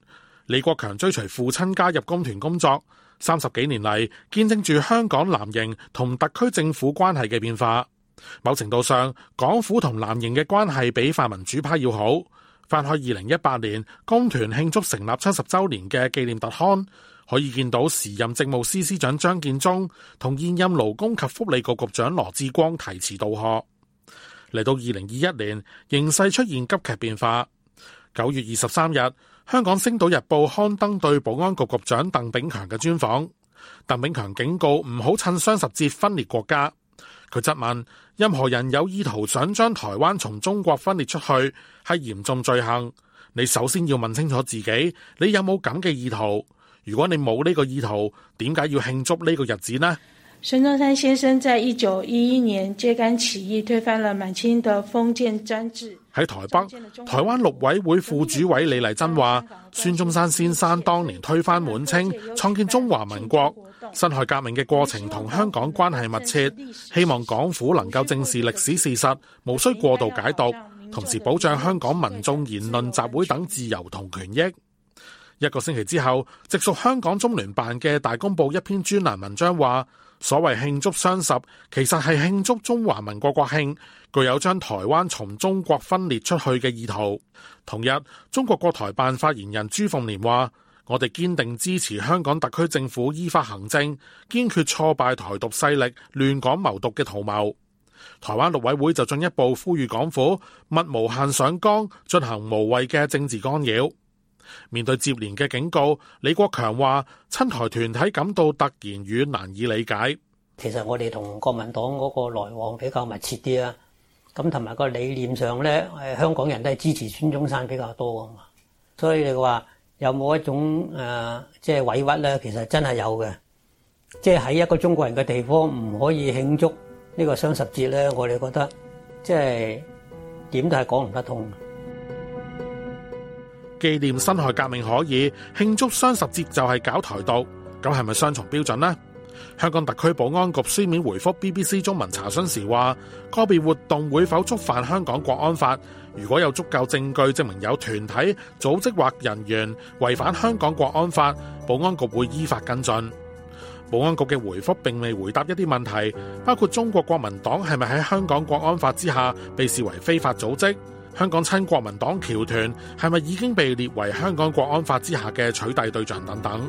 李國強追隨父親加入工團工作，30幾年嚟見證住香港藍營同特區政府關係嘅變化。某程度上，港府同藍營嘅關係比泛民主派要好。翻開2018年工團慶祝成立70週年嘅紀念特刊，可以見到時任政務司司長張建宗同現任勞工及福利局局長羅致光題詞道賀。嚟到2021年，形勢出現急劇變化。9月23日，香港《星島日報》刊登對保安局局長鄧炳強嘅專訪。鄧炳強警告唔好趁雙十節分裂國家。佢質問，任何人有意圖想將台灣從中國分裂出去，係嚴重罪行。你首先要問清楚自己，你有冇咁嘅意圖？如果你冇呢個意圖，點解要慶祝呢個日子呢？ 孫中山先生在1911年揭竿起義，推翻了滿清的封建專制。 喺台北，台灣陸委會副主委李麗珍話，孫中山先生當年推翻滿清，創建中華民國，辛亥革命嘅過程同香港關係密切，希望港府能夠正視歷史事實，無需過度解讀，同時保障香港民眾言論集會等自由同權益。1個星期之後，直屬香港中聯辦嘅大公報一篇專欄文章話，所謂慶祝雙十，其實係慶祝中華民國國慶，具有將台灣從中國分裂出去嘅意圖。同日，中國國台辦發言人朱鳳蓮話，我哋堅定支持香港特區政府依法行政，堅決挫敗台獨勢力亂港謀獨嘅圖謀。台灣陸委會就進一步呼籲港府勿無限上綱，進行無謂嘅政治干擾。面對接連嘅警告，李國強話親台團體感到突然與難以理解。 其實我哋同國民黨嗰個來往比較密切啲啊，咁同埋個理念上咧，香港人都係支持孫中山比較多啊嘛，所以你話有冇一種即係委屈咧？其實真係有嘅，即係喺一個中國人嘅地方唔可以慶祝呢個雙十節咧，我哋覺得即係點都係講唔得通。 紀念辛亥革命可以，慶祝雙十節就係搞台獨，咁係咪雙重標準呢？香港特區保安局書面回覆 BBC 中文查詢時話，個別活動會否觸犯香港國安法？如果有足夠證據證明有團體、組織或人員違反香港國安法，保安局會依法跟進。保安局嘅回覆並未回答一啲問題，包括中國國民黨係咪喺香港國安法之下被視為非法組織？香港親國民黨僑團係咪已經被列為香港國安法之下嘅取締對象等等？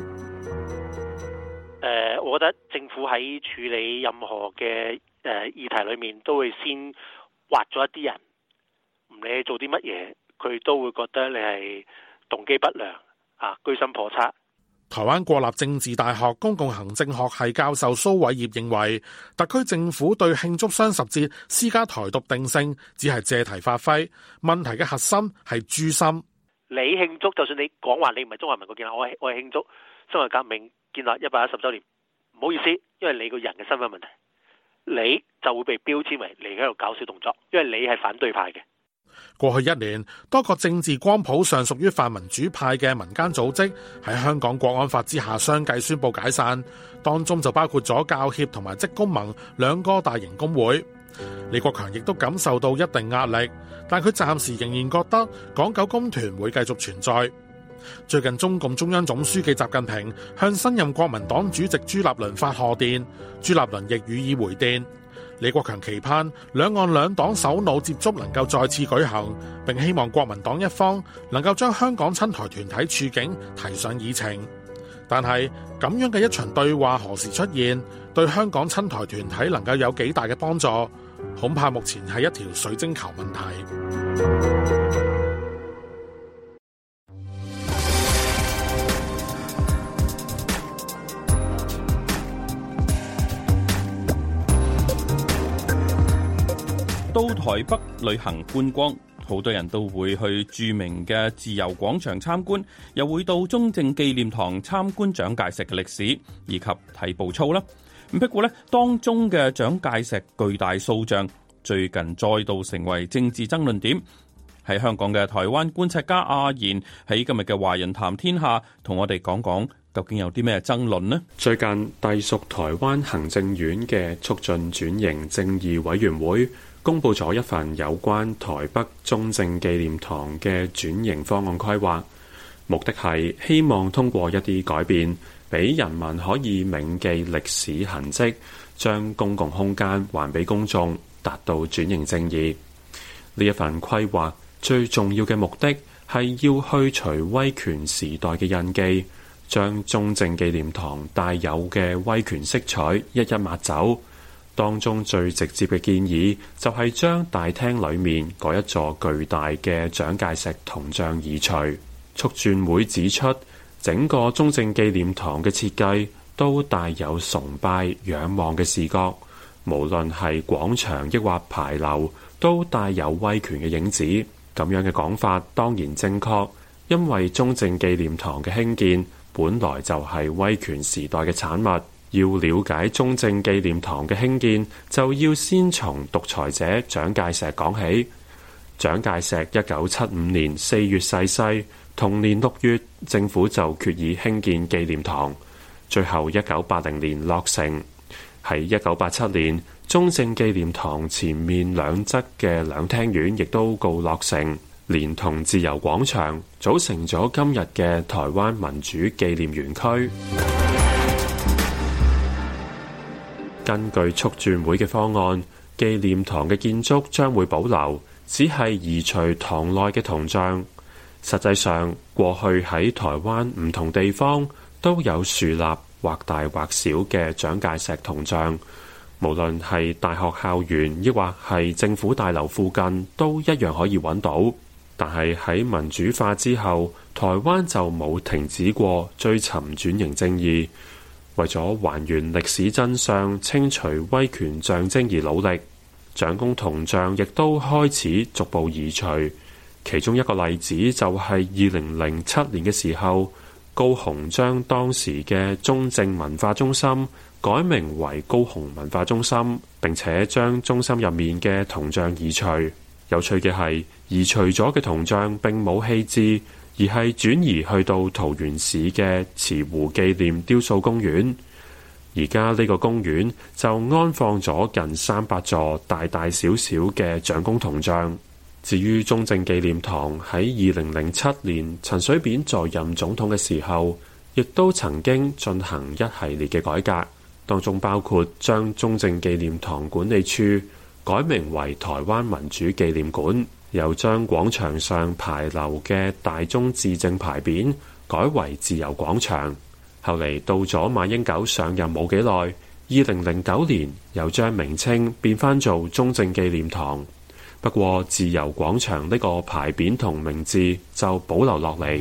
我覺得政府喺處理任何嘅議題裏面，都會先挖咗一啲人，唔理你做啲乜嘢，佢都會覺得你係動機不良啊，居心叵測。 台灣國立政治大學公共行政學系教授蘇偉業認為，特區政府對慶祝雙十節施加台獨定性，只係借題發揮，問題嘅核心係誅心。 你慶祝，就算你講話你唔係中華民國建立，我係慶祝辛亥革命建立110週年，唔好意思，因為你個人嘅身份問題，你就會被標籤為你喺度搞小動作，因為你係反對派嘅。 過去1年，多個政治光譜上屬於泛民主派嘅民間組織喺香港國安法之下相繼宣布解散，當中就包括咗教協同埋職工盟2個大型工會。李國強亦都感受到一定壓力，但佢暫時仍然覺得港九工團會繼續存在。最近中共中央總書記習近平向新任國民黨主席朱立倫發賀電，朱立倫亦予以回電。李國強期盼兩岸兩黨首腦接觸能夠再次舉行，並希望國民黨一方能夠將香港親台團體處境提上議程。但係咁樣嘅一場對話何時出現，對香港親台團體能夠有幾大嘅幫助，恐怕目前係一條水晶球問題。 到台北旅行觀光，好多人都會去著名嘅自由廣場參觀，又會到中正紀念堂參觀蔣介石嘅歷史，以及睇步操啦。不過呢，當中嘅蔣介石巨大塑像最近再度成為政治爭論點。喺香港嘅台灣觀察家阿賢喺今日嘅華人談天下同我哋講講，究竟有啲咩爭論呢？ 最近隸屬台灣行政院嘅促進轉型正義委員會公布咗一份有關台北中正紀念堂嘅轉型方案規劃。 目的係希望通過一啲改變，俾人民可以銘記歷史痕跡，將公共空間還俾公眾，達到轉型正義。呢一份規劃最重要嘅目的係要去除威權時代嘅印記，將中正紀念堂帶有嘅威權色彩一一抹走。當中最直接嘅建議就係將大廳裡面嗰一座巨大嘅蔣介石銅像移除。促轉會指出，整個中正紀念堂嘅設計都帶有崇拜仰望嘅視覺，無論係廣場抑或牌樓，都帶有威權嘅影子。咁樣嘅講法當然正確，因為中正紀念堂嘅興建本來就係威權時代嘅產物。要了解中正紀念堂嘅興建，就要先從獨裁者蔣介石講起。蔣介石1975年4月逝世，同年6月政府就決意興建紀念堂，最後1980年落成。喺1987年，中正紀念堂前面兩側嘅兩廳院亦都告落成，連同自由廣場組成咗今日嘅台灣民主紀念園區。根據促轉會嘅方案，紀念堂嘅建築將會保留，只係移除堂內嘅銅像。實際上，過去喺台灣唔同地方都有樹立或大或小嘅蔣介石銅像，無論係大學校園抑或係政府大樓附近，都一樣可以揾到。但係喺民主化之後，台灣就冇停止過追尋轉型正義。為咗還原歷史真相、清除威權象徵而努力，蔣公銅像亦都開始逐步移除。其中一個例子就係2007年嘅時候，高雄將當時嘅中正文化中心改名為高雄文化中心，並且將中心入面嘅銅像移除。有趣嘅係，移除咗嘅銅像並冇棄置，而係轉移去到桃園市嘅慈湖紀念雕塑公園。而家呢個公園就安放咗近300座大大小小嘅蔣公銅像。至於中正紀念堂喺2007年陳水扁在任總統嘅時候，亦都曾經進行一系列嘅改革，當中包括將中正紀念堂管理處改名為台灣民主紀念館，又將廣場上牌樓嘅大中至正牌匾改為自由廣場。後嚟到咗馬英九上任冇幾耐，2009年又將名稱變返做中正紀念堂。不過自由廣場呢個牌匾同名字就保留落嚟。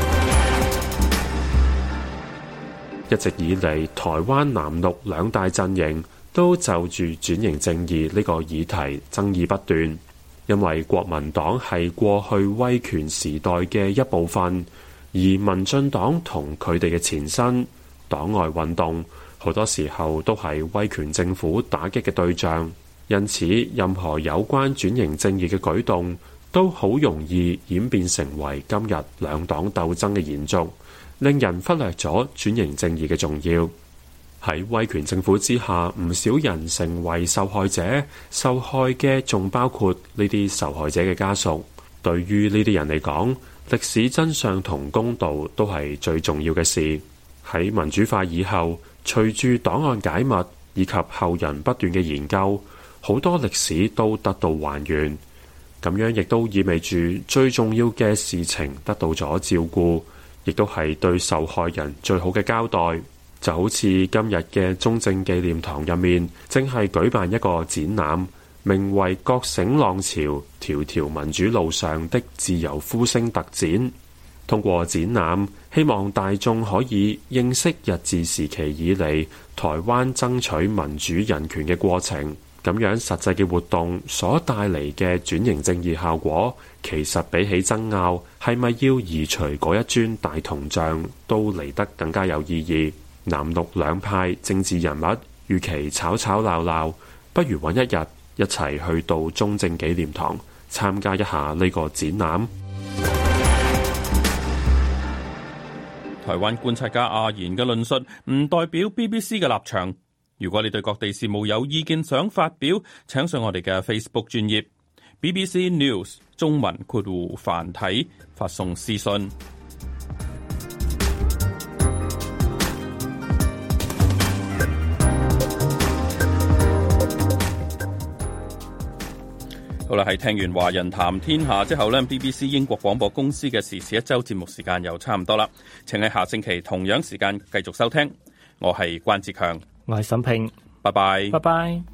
一直以嚟，台灣藍綠兩大陣營都就住轉型正義呢個議題爭議不斷，因為國民黨係過去威權時代嘅一部分，而民進黨同佢哋嘅前身黨外運動好多時候都係威權政府打擊嘅對象，因此任何有關轉型正義嘅舉動都好容易演變成為今日兩黨鬥爭嘅延續，令人忽略咗轉型正義嘅重要。喺威權政府之下，唔少人成為受害者，受害嘅仲包括呢啲受害者嘅家屬。對於呢啲人嚟講，歷史真相同公道都係最重要嘅事。喺民主化以後，隨住檔案解密以及後人不斷嘅研究，好多歷史都得到還原。咁樣亦都意味住最重要嘅事情得到咗照顧，亦都係對受害人最好嘅交代。就好似今日嘅中正紀念堂入面，正係舉辦一個展覽，名為《覺醒浪潮：條條民主路上的自由呼聲》特展。通過展覽，希望大眾可以認識日治時期以嚟台灣爭取民主人權嘅過程。咁樣實際嘅活動所帶嚟嘅轉型正義效果，其實比起爭拗係咪要移除嗰一尊大銅像，都嚟得更加有意義。藍綠兩派政治人物，與其吵吵鬧鬧，不如揾一日一齊去到中正紀念堂參加一下呢個展覽。 台灣觀察家阿言嘅論述唔代表 BBC 嘅立場。如果你對各地事務有意見想發表，請上我哋嘅 Facebook 專頁 BBC News 中文括弧繁體發送私信。 好啦，喺聽完華人談天下之後呢， BBC 英國廣播公司嘅時事一周節目時間又差唔多啦，請喺下星期同樣時間繼續收聽。我係關志強， 我係沈平， 拜拜， 拜拜。